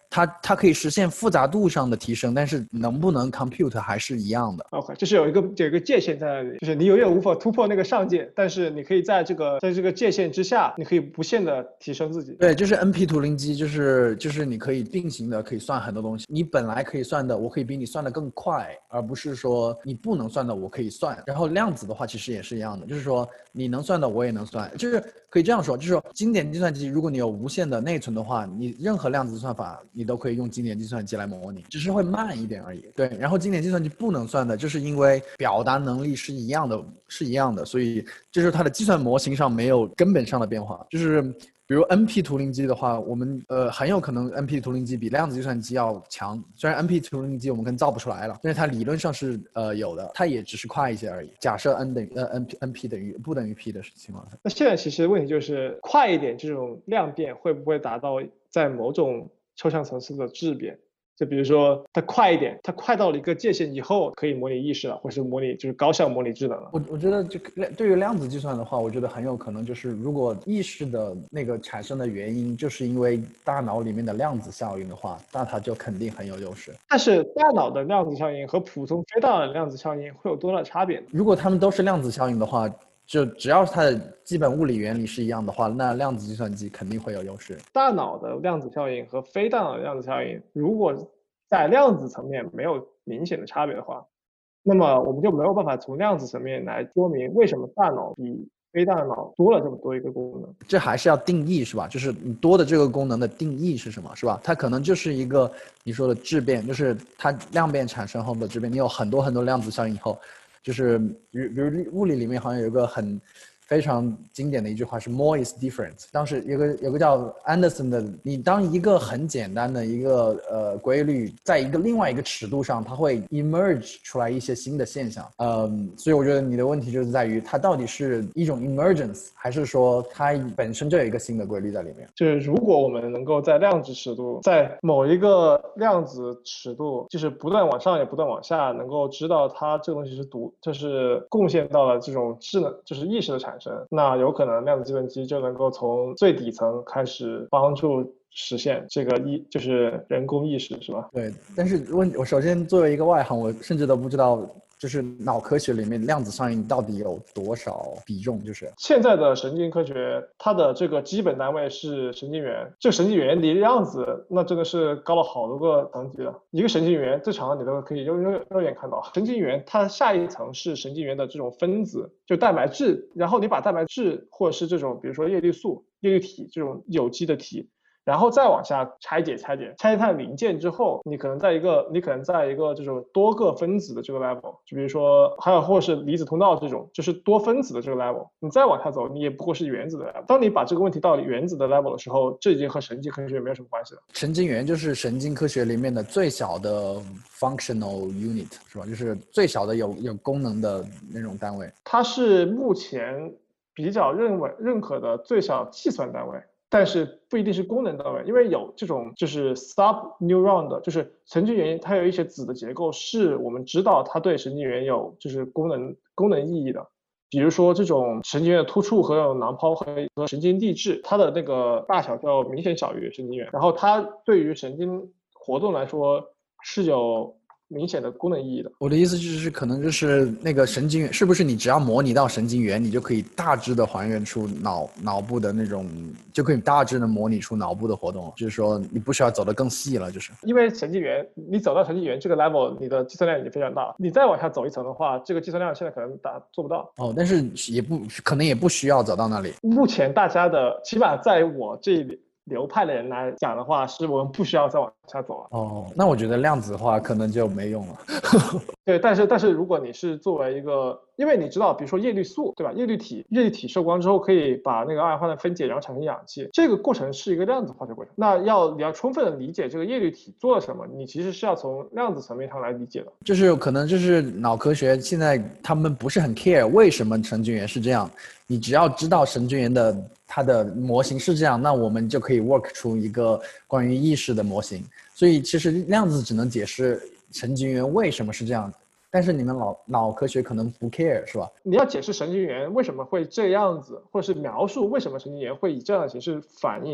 它它可以实现复杂度上的提升，但是能不能 compute 还是一样的。 OK， 就是有一个有一个界限在那里，就是你永远无法突破那个上界，但是你可以在这个在这个界限之下，你可以无限的提升自己。 对，就是 N P 图灵机，就是就是你可以并行的可以算很多东西，你本来可以算的，我可以比你算的更快，而不是说你不能算的我可以算。然后量子的话其实也是一样的，就是说你能算的我也能算，就是可以这样说，就是说经典计算机如果你有无限的内存的话，你任何量子算法你都可以用经典计算机来模拟，只是会慢一点而已。对，然后经典计算机不能算的，就是因为表达能力是一样的，是一样的，所以就是它的计算模型上没有根本上的变化。就是比如 N P 图灵机的话，我们呃很有可能 N P 图灵机比量子计算机要强。虽然 N P 图灵机我们可能造不出来了，但是它理论上是呃有的，它也只是快一些而已。假设 n 等于呃 N P N P 等于不等于 P 的情况下， 那现在其实问题就是快一点，这种量变会不会达到在某种抽象层次的质变？就比如说它快一点，它快到了一个界限以后，可以模拟意识了，或是模拟就是高效模拟智能了。 我我觉得这个对于量子计算的话，我觉得很有可能就是如果意识的那个产生的原因就是因为大脑里面的量子效应的话，那它就肯定很有优势。 但是大脑的量子效应和普通非大脑的量子效应会有多大的差别呢？ 如果它们都是量子效应的话，就只要它的基本物理原理是一样的话，那量子计算机肯定会有优势。 大脑的量子效应和非大脑的量子效应，如果在量子层面没有明显的差别的话，那么我们就没有办法从量子层面来说明为什么大脑比非大脑多了这么多一个功能。 这还是要定义是吧？就是你多的这个功能的定义是什么是吧？它可能就是一个你说的质变，就是它量变产生后的质变。你有很多很多量子效应以后，就是比如比如物理里面好像有一个很非常经典的一句话是 more is different。当时有个有个叫 Anderson 的，你当一个很简单的一个呃规律，在一个另外一个尺度上，它会 emerge 出来一些新的现象。嗯，所以我觉得你的问题就是在于它到底是一种 emergence， 还是说它本身就有一个新的规律在里面？ 就是如果我们能够在量子尺度，在某一个量子尺度，就是不断往上也不断往下，能够知道它这个东西是独，就是贡献到了这种智能，就是意识的产生。那有可能量子计算机就能够从最底层开始帮助实现这个意，就是人工意识，是吧？ 对，但是问我首先作为一个外行，我甚至都不知道，就是脑科学里面量子效应到底有多少比重？就是现在的神经科学，它的这个基本单位是神经元，这个神经元离量子那真的是高了好多个等级了。一个神经元最长的你都可以肉肉肉眼看到，神经元它下一层是神经元的这种分子，就蛋白质，然后你把蛋白质或者是这种比如说叶绿素、叶绿体这种有机的体。然后再往下拆解拆解拆解它的零件之后，你可能在一个你可能在一个这种多个分子的这个 level， 就比如说还有或者是离子通道这种，就是多分子的这个 level， 你再往下走，你也不过是原子的 level。当你把这个问题到原子的 level 的时候，这已经和神经科学没有什么关系了。 神经元就是神经科学里面的最小的 functional unit， 是吧？就是最小的有有功能的那种单位。 它是目前比较认为认可的最小计算单位。但是不一定是功能单位，因为有这种就是 sub neuron 的，就是神经元它有一些子的结构是我们知道它对神经元有就是功能功能意义的，比如说这种神经元的突触和囊泡和和神经递质，它的那个大小要明显小于神经元，然后它对于神经活动来说是有明显的功能意义的。 我的意思就是，可能就是那个神经元，是不是你只要模拟到神经元，你就可以大致的还原出脑脑部的那种，就可以大致的模拟出脑部的活动，就是说你不需要走得更细了，就是因为神经元，你走到神经元这个 level， 你的计算量已经非常大了，你再往下走一层的话，这个计算量现在可能达做不到。 哦，但是也不可能也不需要走到那里。 目前大家的，起码在我这里。流派的人来讲的话，是我们不需要再往下走了。 哦，那我觉得量子化可能就没用了。 对，但是但是如果你是作为一个，因为你知道，比如说叶绿素，对吧？叶绿体，叶绿体受光之后可以把那个二氧化碳分解，然后产生氧气，这个过程是一个量子化学过程。那要你要充分的理解这个叶绿体做了什么，你其实是要从量子层面上来理解的。 就是可能就是脑科学现在他们不是很 care 为什么神经元是这样，你只要知道神经元的它的模型是这样，那我们就可以 work 出一个关于意识的模型。所以其实量子只能解释神经元为什么是这样，但是你们脑脑科学可能不 care 是吧？ 你要解释神经元为什么会这样子，或者是描述为什么神经元会以这样的形式反应，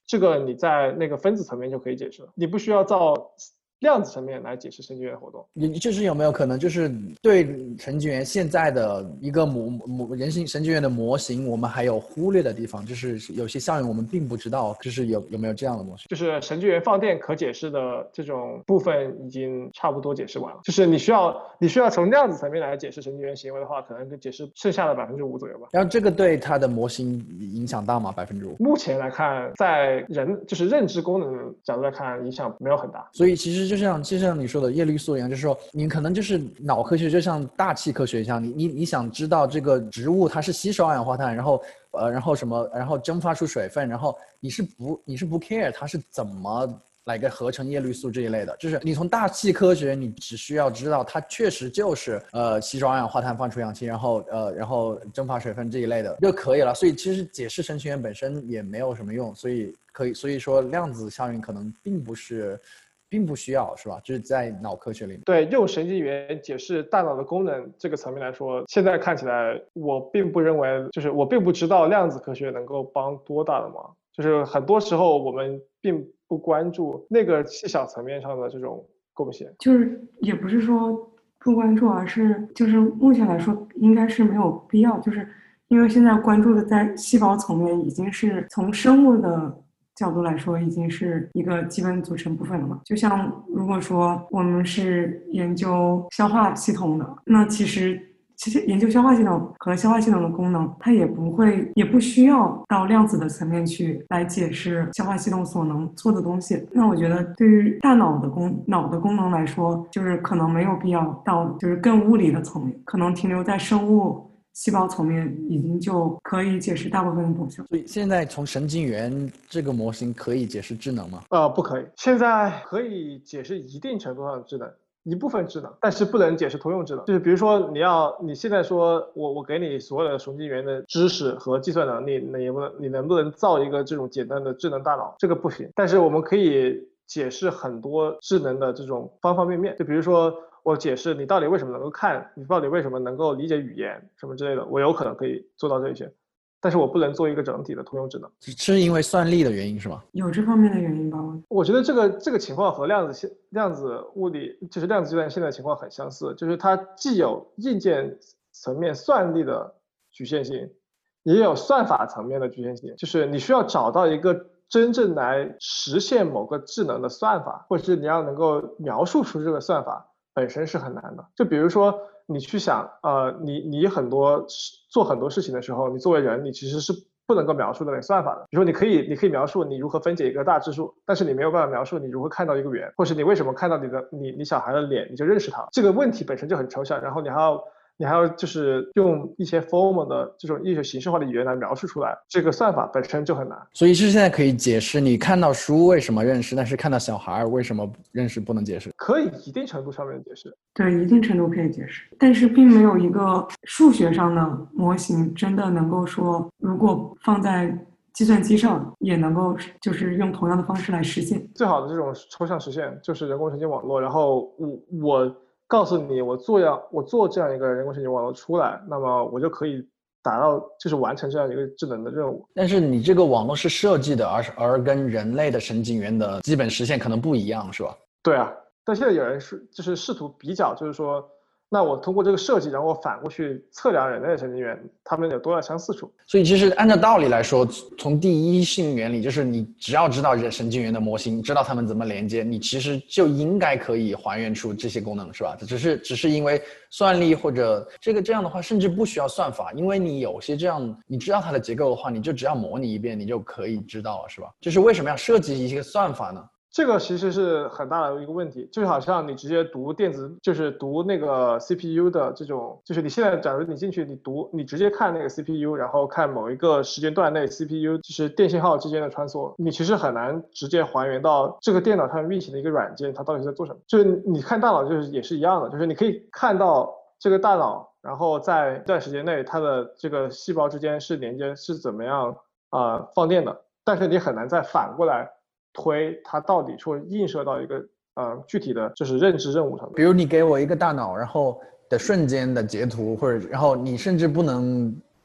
这个你在那个分子层面就可以解释了，你不需要造量子层面来解释神经元活动。 你就是有没有可能，就是对神经元现在的一个模模人形神经元的模型，我们还有忽略的地方，就是有些效应我们并不知道，就是有有没有这样的模型？ 就是神经元放电可解释的这种部分已经差不多解释完了，就是你需要你需要从量子层面来解释神经元行为的话，可能可以解释剩下的百分之五左右吧。 然后这个对它的模型影响大吗？百分之五？ 目前来看，在人就是认知功能角度来看，影响没有很大。 所以其实就像就像你说的叶绿素一样，就是说你可能就是脑科学就像大气科学一样，你你你想知道这个植物它是吸收二氧化碳，然后呃然后什么，然后蒸发出水分，然后你是不你是不 care 它是怎么来个合成叶绿素这一类的，就是你从大气科学，你只需要知道它确实就是呃吸收二氧化碳放出氧气，然后呃然后蒸发水分这一类的就可以了。所以其实解释神经元本身也没有什么用，所以可以所以说量子效应可能并不是并不需要，是吧？就是在脑科学里面。 对，用神经元解释大脑的功能这个层面来说，现在看起来我并不认为，就是我并不知道量子科学能够帮多大的忙。就是很多时候我们并不关注那个细小层面上的这种贡献， 就是也不是说不关注，而是就是目前来说应该是没有必要，就是因为现在关注的在细胞层面已经是从生物的角度来说已经是一个基本组成部分了嘛。就像如果说我们是研究消化系统的，那其实其实研究消化系统和消化系统的功能，它也不会也不需要到量子的层面去来解释消化系统所能做的东西。那我觉得对于大脑的功脑的功能来说，就是可能没有必要到就是更物理的层面，可能停留在生物细胞层面已经就可以解释大部分的东西。 所以现在从神经元这个模型可以解释智能吗？ 呃，不可以。现在可以解释一定程度上的智能，一部分智能，但是不能解释通用智能。就是比如说你要你现在说我我给你所有的神经元的知识和计算能力，那也不能你能不能造一个这种简单的智能大脑，这个不行。但是我们可以解释很多智能的这种方方面面，就比如说我解释你到底为什么能够看，你到底为什么能够理解语言什么之类的，我有可能可以做到这些。但是我不能做一个整体的通用智能， 是因为算力的原因是吗？ 有这方面的原因吧？ 我觉得这个这个情况和量子量子物理就是量子计算现在的情况很相似，就是它既有硬件层面算力的局限性，也有算法层面的局限性，就是你需要找到一个真正来实现某个智能的算法，或者是你要能够描述出这个算法本身是很难的。就比如说你去想，呃，你你很多做很多事情的时候，你作为人，你其实是不能够描述的那个算法的。比如说，你可以你可以描述你如何分解一个大质数，但是你没有办法描述你如何看到一个圆，或是你为什么看到你的你你小孩的脸你就认识他。这个问题本身就很抽象，然后你还要。你还要就是用一些 formal 的这种一些形式化的语言来描述出来，这个算法本身就很难。 所以是现在可以解释你看到书为什么认识，但是看到小孩为什么认识不能解释？ 可以一定程度上面解释， 对，一定程度可以解释，但是并没有一个数学上的模型真的能够说，如果放在计算机上也能够就是用同样的方式来实现。 最好的这种抽象实现就是人工神经网络，然后我我。告诉你，我做样我做这样一个人工神经网络出来，那么我就可以达到就是完成这样一个智能的任务。 但是你这个网络是设计的，而而跟人类的神经元的基本实现可能不一样，是吧？ 对啊，但现在有人是就是试图比较，就是说，那我通过这个设计，然后我反过去测量人类的神经元，它们有多大相似处。 所以其实按照道理来说，从第一性原理，就是你只要知道人神经元的模型，知道它们怎么连接，你其实就应该可以还原出这些功能，是吧？只是只是因为算力或者这个这样的话，甚至不需要算法，因为你有些这样，你知道它的结构的话，你就只要模拟一遍，你就可以知道了，是吧？就是为什么要设计一些算法呢？ 这个其实是很大的一个问题，就好像你直接读电子，就是读那个 C P U 的这种，就是你现在假如你进去，你读，你直接看那个 C P U， 然后看某一个时间段内 C P U 就是电信号之间的穿梭，你其实很难直接还原到这个电脑上运行的一个软件，它到底在做什么。就是你看大脑就是也是一样的，就是你可以看到这个大脑，然后在一段时间内它的这个细胞之间是连接是怎么样啊、呃、放电的，但是你很难再反过来推它到底说映射到一个呃具体的就是认知任务上面。 比如你给我一个大脑，然后的瞬间的截图，或者然后你甚至不能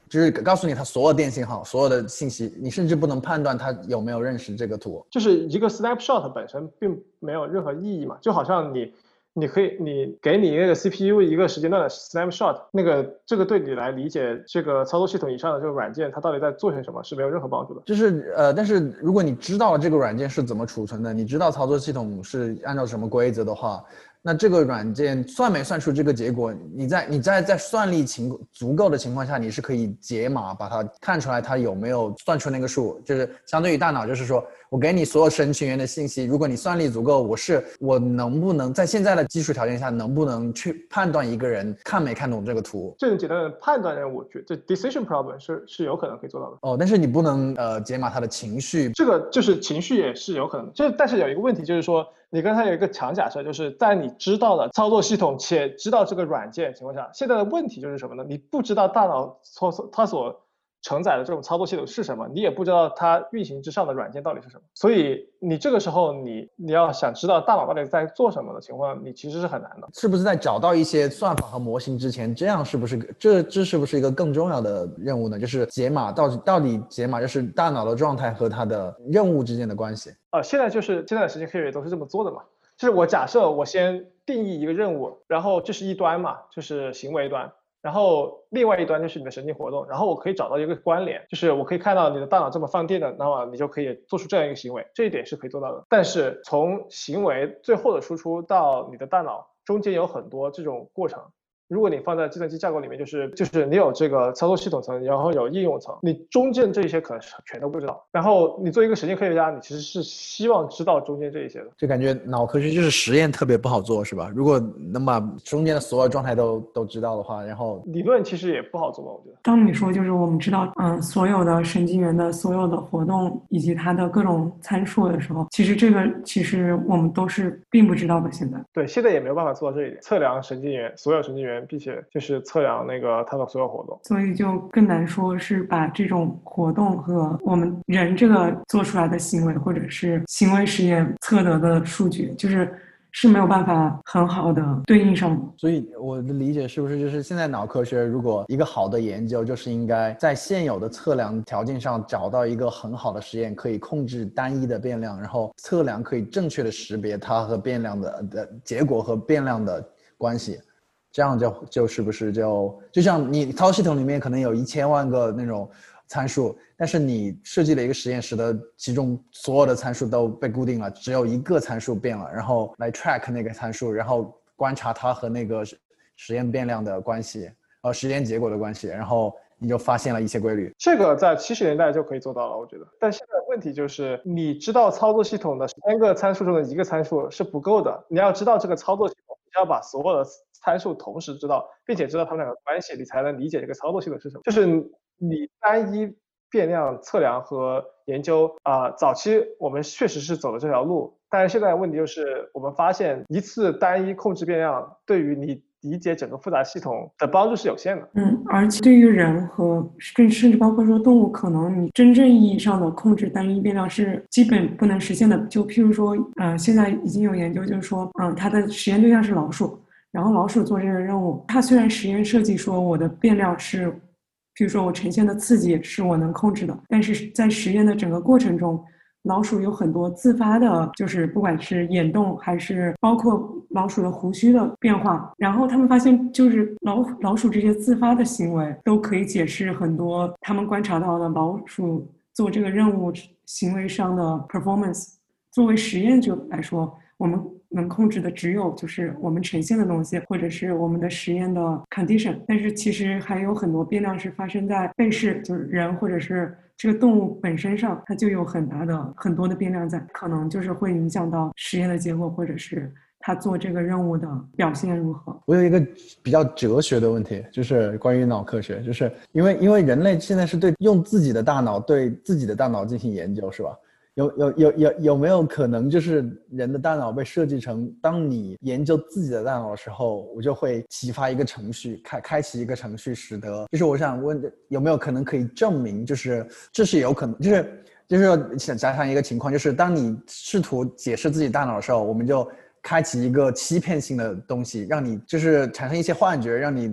就是告诉你他所有电信号、所有的信息，你甚至不能判断他有没有认识这个图。 就是一个 snapshot 本身并没有任何意义嘛，就好像你。你可以，你给你那个 C P U 一个时间段的 snapshot， 那个这个对你来理解这个操作系统以上的这个软件它到底在做些什么是没有任何帮助的。 就是呃，但是如果你知道这个软件是怎么储存的，你知道操作系统是按照什么规则的话，那这个软件算没算出这个结果，你在你在在算力情足够的情况下，你是可以解码把它看出来它有没有算出那个数，就是相对于大脑，就是说我给你所有神情元的信息，如果你算力足够，我是我能不能在现在的基础条件下能不能去判断一个人看没看懂这个图？ 这种简单的判断任务，这 decision problem 是是有可能可以做到的。 哦，但是你不能呃解码他的情绪， 这个就是情绪也是有可能的。就但是有一个问题就是说，你刚才有一个强假设，就是在你知道了操作系统且知道这个软件情况下，现在的问题就是什么呢？你不知道大脑所它所承载的这种操作系统是什么，你也不知道它运行之上的软件到底是什么，所以你这个时候你你要想知道大脑到底在做什么的情况，你其实是很难的。 是不是在找到一些算法和模型之前，这样是不是这这是不是一个更重要的任务呢？就是解码到底到底解码就是大脑的状态和它的任务之间的关系。 呃，现在就是现在的神经科学都是这么做的嘛，就是我假设我先定义一个任务，然后这是一端嘛，就是行为端。然后另外一端就是你的神经活动，然后我可以找到一个关联，就是我可以看到你的大脑这么放电的，那么你就可以做出这样一个行为，这一点是可以做到的。但是从行为最后的输出到你的大脑中间有很多这种过程，如果你放在计算机架构里面，就是就是你有这个操作系统层，然后有应用层，你中间这些可能是全都不知道。然后你作为一个神经科学家，你其实是希望知道中间这一些的。 就感觉脑科学就是实验特别不好做，是吧？如果能把中间的所有状态都都知道的话，然后理论其实也不好做吧，我觉得。 当你说就是我们知道，嗯，所有的神经元的所有的活动以及它的各种参数的时候，其实这个其实我们都是并不知道的。现在对，现在也没有办法做到这一点，测量神经元所有神经元，并且就是测量那个它的所有活动， 所以就更难说是把这种活动和我们人这个做出来的行为或者是行为实验测得的数据，就是是没有办法很好的对应上的。 所以我的理解是不是就是现在脑科学如果一个好的研究，就是应该在现有的测量条件上找到一个很好的实验，可以控制单一的变量，然后测量可以正确的识别它和变量的的结果和变量的关系。这样就就是不是就就像你操作系统里面可能有一千万个那种参数，但是你设计了一个实验，使得其中所有的参数都被固定了，只有一个参数变了，然后来 track 那个参数，然后观察它和那个实验变量的关系，呃，实验结果的关系，然后你就发现了一些规律。 这个在七十年代就可以做到了，我觉得。但现在问题就是，你知道操作系统的三个参数中的一个参数是不够的，你要知道这个操作系统，你要把所有的参数同时知道，并且知道它们两个关系，你才能理解这个操作系统是什么。就是你单一变量测量和研究啊、呃，早期我们确实是走了这条路，但是现在问题就是我们发现一次单一控制变量对于你理解整个复杂系统的帮助是有限的。 嗯，而且对于人和甚甚至包括说动物，可能你真正意义上的控制单一变量是基本不能实现的。就譬如说，呃，现在已经有研究就是说，嗯、呃，它的实验对象是老鼠，然后老鼠做这个任务，它虽然实验设计说我的变量是，譬如说我呈现的刺激是我能控制的，但是在实验的整个过程中，老鼠有很多自发的，就是不管是眼动还是包括老鼠的胡须的变化，然后他们发现就是老老鼠这些自发的行为都可以解释很多他们观察到的老鼠做这个任务行为上的 performance。作为实验者来说，我们能控制的只有就是我们呈现的东西，或者是我们的实验的 condition， 但是其实还有很多变量是发生在被试，就是人或者是这个动物本身上，它就有很大的很多的变量在，可能就是会影响到实验的结果，或者是他做这个任务的表现如何。 我有一个比较哲学的问题，就是关于脑科学，就是因为因为人类现在是对用自己的大脑对自己的大脑进行研究，是吧？有有有有有没有可能，就是人的大脑被设计成，当你研究自己的大脑的时候，我就会启发一个程序，开开启一个程序，使得就是我想问，有没有可能可以证明，就是这是有可能，就是就是想假想一个情况，就是当你试图解释自己大脑的时候，我们就开启一个欺骗性的东西，让你就是产生一些幻觉，让你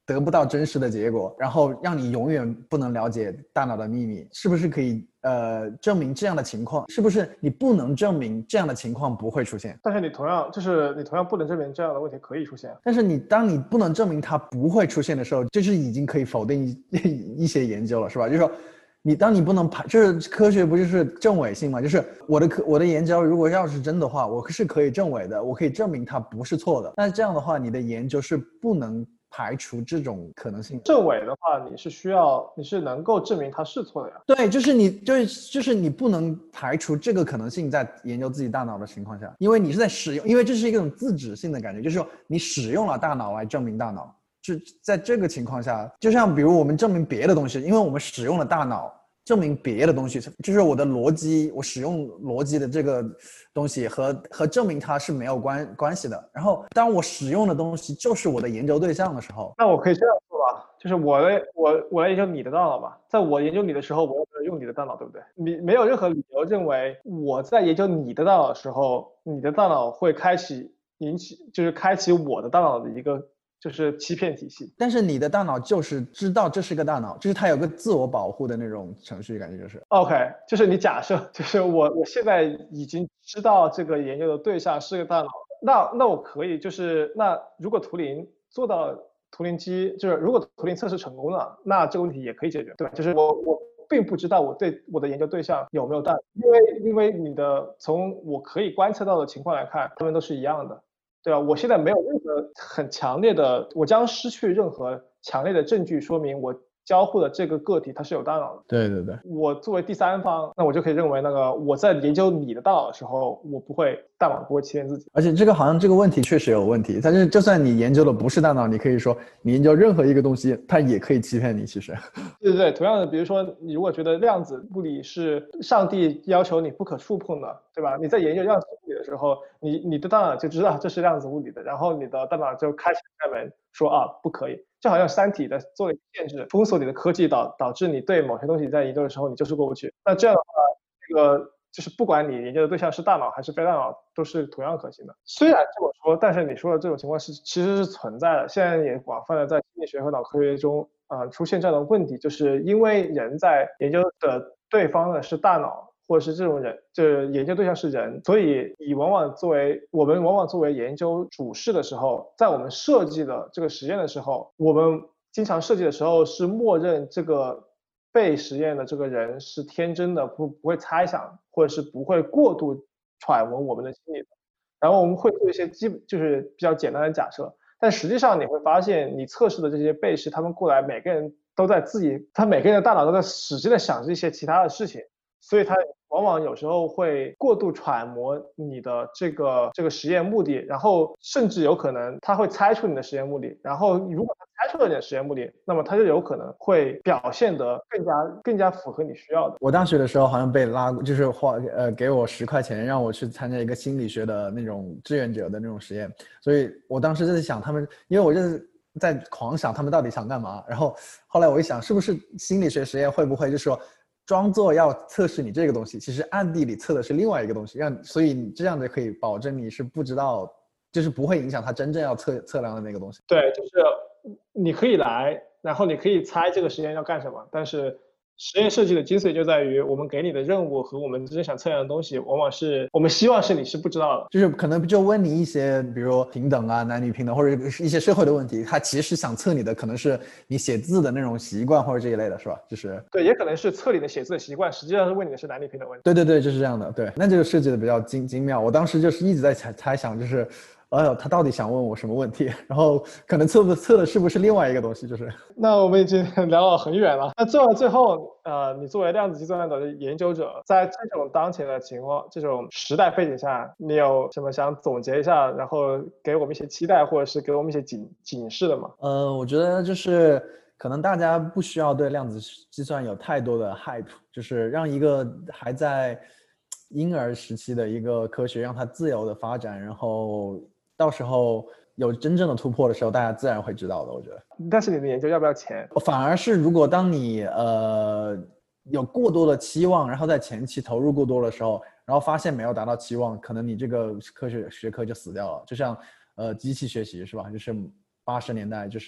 得不到真实的结果，然后让你永远不能了解大脑的秘密，是不是可以呃证明这样的情况？是不是你不能证明这样的情况不会出现？ 但是你同样就是你同样不能证明这样的问题可以出现。 但是你当你不能证明它不会出现的时候，就是已经可以否定一一些研究了，是吧？就是说你当你不能排，就是科学不就是证伪性嘛？就是我的科我的研究如果要是真的话，我是可以证伪的，我可以证明它不是错的。但是这样的话，你的研究是不能排除这种可能性。 证伪的话，你是需要你是能够证明它是错的呀。 对，就是你就是就是你不能排除这个可能性，在研究自己大脑的情况下，因为你是在使用，因为这是一种自指性的感觉，就是说你使用了大脑来证明大脑。就在这个情况下，就像比如我们证明别的东西，因为我们使用了大脑证明别的东西，就是我的逻辑，我使用逻辑的这个东西和和证明它是没有关关系的。然后当我使用的东西就是我的研究对象的时候， 那我可以这样说吧，就是我的我我来研究你的大脑吧，在我研究你的时候，我要用你的大脑，对不对？你没有任何理由认为我在研究你的大脑的时候，你的大脑会开启引起就是开启我的大脑的一个就是欺骗体系。 但是你的大脑就是知道这是个大脑，就是它有个自我保护的那种程序，感觉就是 OK， 就是你假设就是我我现在已经知道这个研究的对象是个大脑，那那我可以就是那如果图灵做到图灵机，就是如果图灵测试成功了，那这个问题也可以解决，对吧？就是我我并不知道我对我的研究对象有没有大脑，因为因为你的从我可以观测到的情况来看，他们都是一样的。对吧？我现在没有任何很强烈的，我将失去任何强烈的证据说明我交互的这个个体它是有大脑的。 对对对， 我作为第三方，那我就可以认为那个我在研究你的大脑的时候，我不会大脑不会欺骗自己。 而且这个好像这个问题确实有问题，但是就算你研究的不是大脑，你可以说你研究任何一个东西，它也可以欺骗你。其实， 对对对，同样的，比如说你如果觉得量子物理是上帝要求你不可触碰的，对吧？你在研究量子物理的时候，你你的大脑就知道这是量子物理的，然后你的大脑就开启开门说啊不可以，就好像三体的做了一个限制，封锁你的科技导导致你对某些东西在研究的时候你就是过不去。那这样的话，这个就是不管你研究的对象是大脑还是非大脑，都是同样可行的。虽然这么说，但是你说的这种情况是其实是存在的，现在也广泛的在心理学和脑科学中啊、呃、出现这样的问题，就是因为人在研究的对方呢是大脑，或者是这种人，这研究对象是人，所以你往往作为我们往往作为研究主事的时候，在我们设计的这个实验的时候，我们经常设计的时候是默认这个被实验的这个人是天真的，不不会猜想，或者是不会过度揣摩我们的心理的。然后我们会做一些基本就是比较简单的假设，但实际上你会发现，你测试的这些被试，他们过来每个人都在自己，他每个人的大脑都在使劲的想着一些其他的事情，所以他往往有时候会过度揣摩你的这个这个实验目的，然后甚至有可能他会猜出你的实验目的，然后如果他猜出了你的实验目的，那么他就有可能会表现得更加更加符合你需要的。 我大学的时候好像被拉，就是花呃给我十块钱让我去参加一个心理学的那种志愿者的那种实验，所以我当时就在想他们，因为我就是在狂想他们到底想干嘛，然后后来我一想，是不是心理学实验会不会就是说装作要测试你这个东西，其实暗地里测的是另外一个东西，让所以你这样就可以保证你是不知道，就是不会影响他真正要测测量的那个东西。 对，就是你可以来，然后你可以猜这个实验要干什么，但是实验设计的精髓就在于我们给你的任务和我们真正想测量的东西，往往是我们希望是你是不知道的。 就是可能就问你一些，比如平等啊、男女平等，或者一些社会的问题，他其实想测你的可能是你写字的那种习惯或者这一类的，是吧？就是对，也可能是测你的写字的习惯，实际上是问你的是男女平等问题。 对对对，就是这样的。对，那这个设计的比较精精妙。我当时就是一直在猜猜想，就是哎呦，他到底想问我什么问题？然后可能测不测的是不是另外一个东西？就是那我们已经聊到很远了。那做到最后，呃，你作为量子计算的研究者，在这种当前的情况、这种时代背景下，你有什么想总结一下，然后给我们一些期待，或者是给我们一些警警示的吗？ 呃，我觉得就是可能大家不需要对量子计算有太多的 hype，就是让一个还在婴儿时期的一个科学让它自由的发展，然后到时候有真正的突破的时候，大家自然会知道的。我觉得， 但是你的研究要不要钱？ 反而是如果当你呃有过多的期望，然后在前期投入过多的时候，然后发现没有达到期望，可能你这个科学学科就死掉了。就像呃机器学习是吧？就是八十年代就是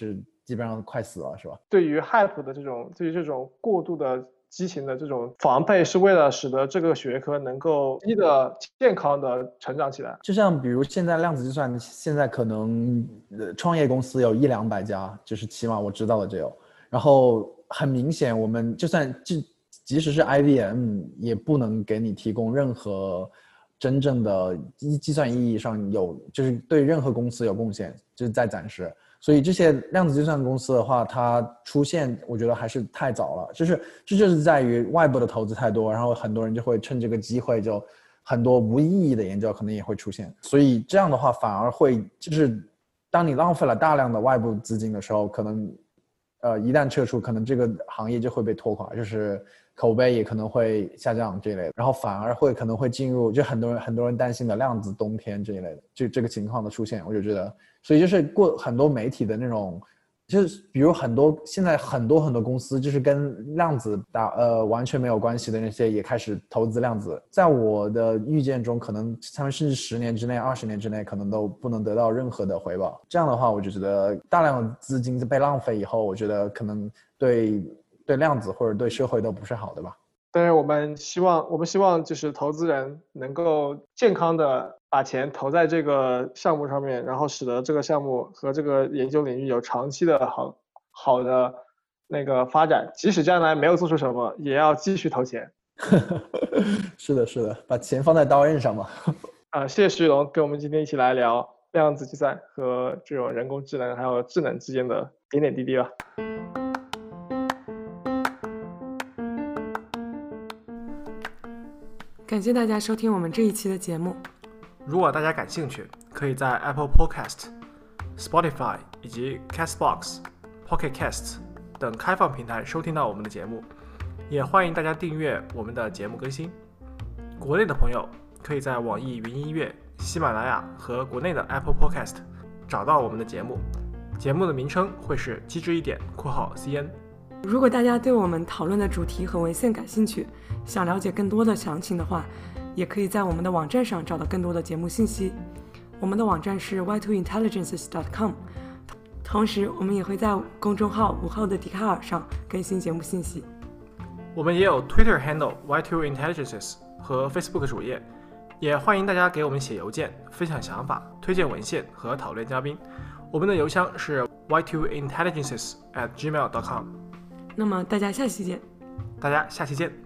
基本上快死了，是吧？ 对于 hype 的这种，对于这种过度的激情的这种防备，是为了使得这个学科能够低的健康的成长起来。 就像比如现在量子计算，现在可能呃创业公司有一两百家，就是起码我知道的这有。然后很明显，我们就算即即使是 I B M 也不能给你提供任何真正的计算意义上有，就是对任何公司有贡献，就是在暂时。所以这些量子计算公司的话，它出现我觉得还是太早了，就是这就是在于外部的投资太多，然后很多人就会趁这个机会，就很多无意义的研究可能也会出现。所以这样的话反而会就是当你浪费了大量的外部资金的时候，可能呃一旦撤出，可能这个行业就会被拖垮，就是口碑也可能会下降这一类的，然后反而会可能会进入就很多人很多人担心的量子冬天这一类的，就这个情况的出现，我就觉得。所以就是过很多媒体的那种，就是比如很多现在很多很多公司就是跟量子打呃完全没有关系的那些也开始投资量子，在我的预见中，可能他们甚至十年之内、二十年之内可能都不能得到任何的回报。这样的话，我就觉得大量的资金被浪费以后，我觉得可能对对量子或者对社会都不是好的吧。 但是我们希望，我们希望就是投资人能够健康的把钱投在这个项目上面，然后使得这个项目和这个研究领域有长期的好好的那个发展，即使将来没有做出什么，也要继续投钱。 是的，是的，把钱放在刀刃上嘛。 啊、呃，谢谢徐龙跟我们今天一起来聊量子计算和这种人工智能还有智能之间的点点滴滴吧。 感谢大家收听我们这一期的节目。 如果大家感兴趣，可以在 Apple Podcast、Spotify 以及 Castbox、Pocket Casts 等开放平台收听到我们的节目，也欢迎大家订阅我们的节目更新。国内的朋友可以在网易云音乐、喜马拉雅和国内的 Apple Podcast 找到我们的节目，节目的名称会是机智一点（括号 C N）。 如果大家对我们讨论的主题和文献感兴趣，想了解更多的详情的话，也可以在我们的网站上找到更多的节目信息。我们的网站是 y two intelligences dot com， 同时我们也会在公众号五号的迪卡尔上更新节目信息。 我们也有 Twitter handle y two intelligences 和 Facebook 主页，也欢迎大家给我们写邮件，分享想法、推荐文献和讨论嘉宾。我们的邮箱是 y two intelligences at gmail dot com。 那么大家下期见。 大家下期见。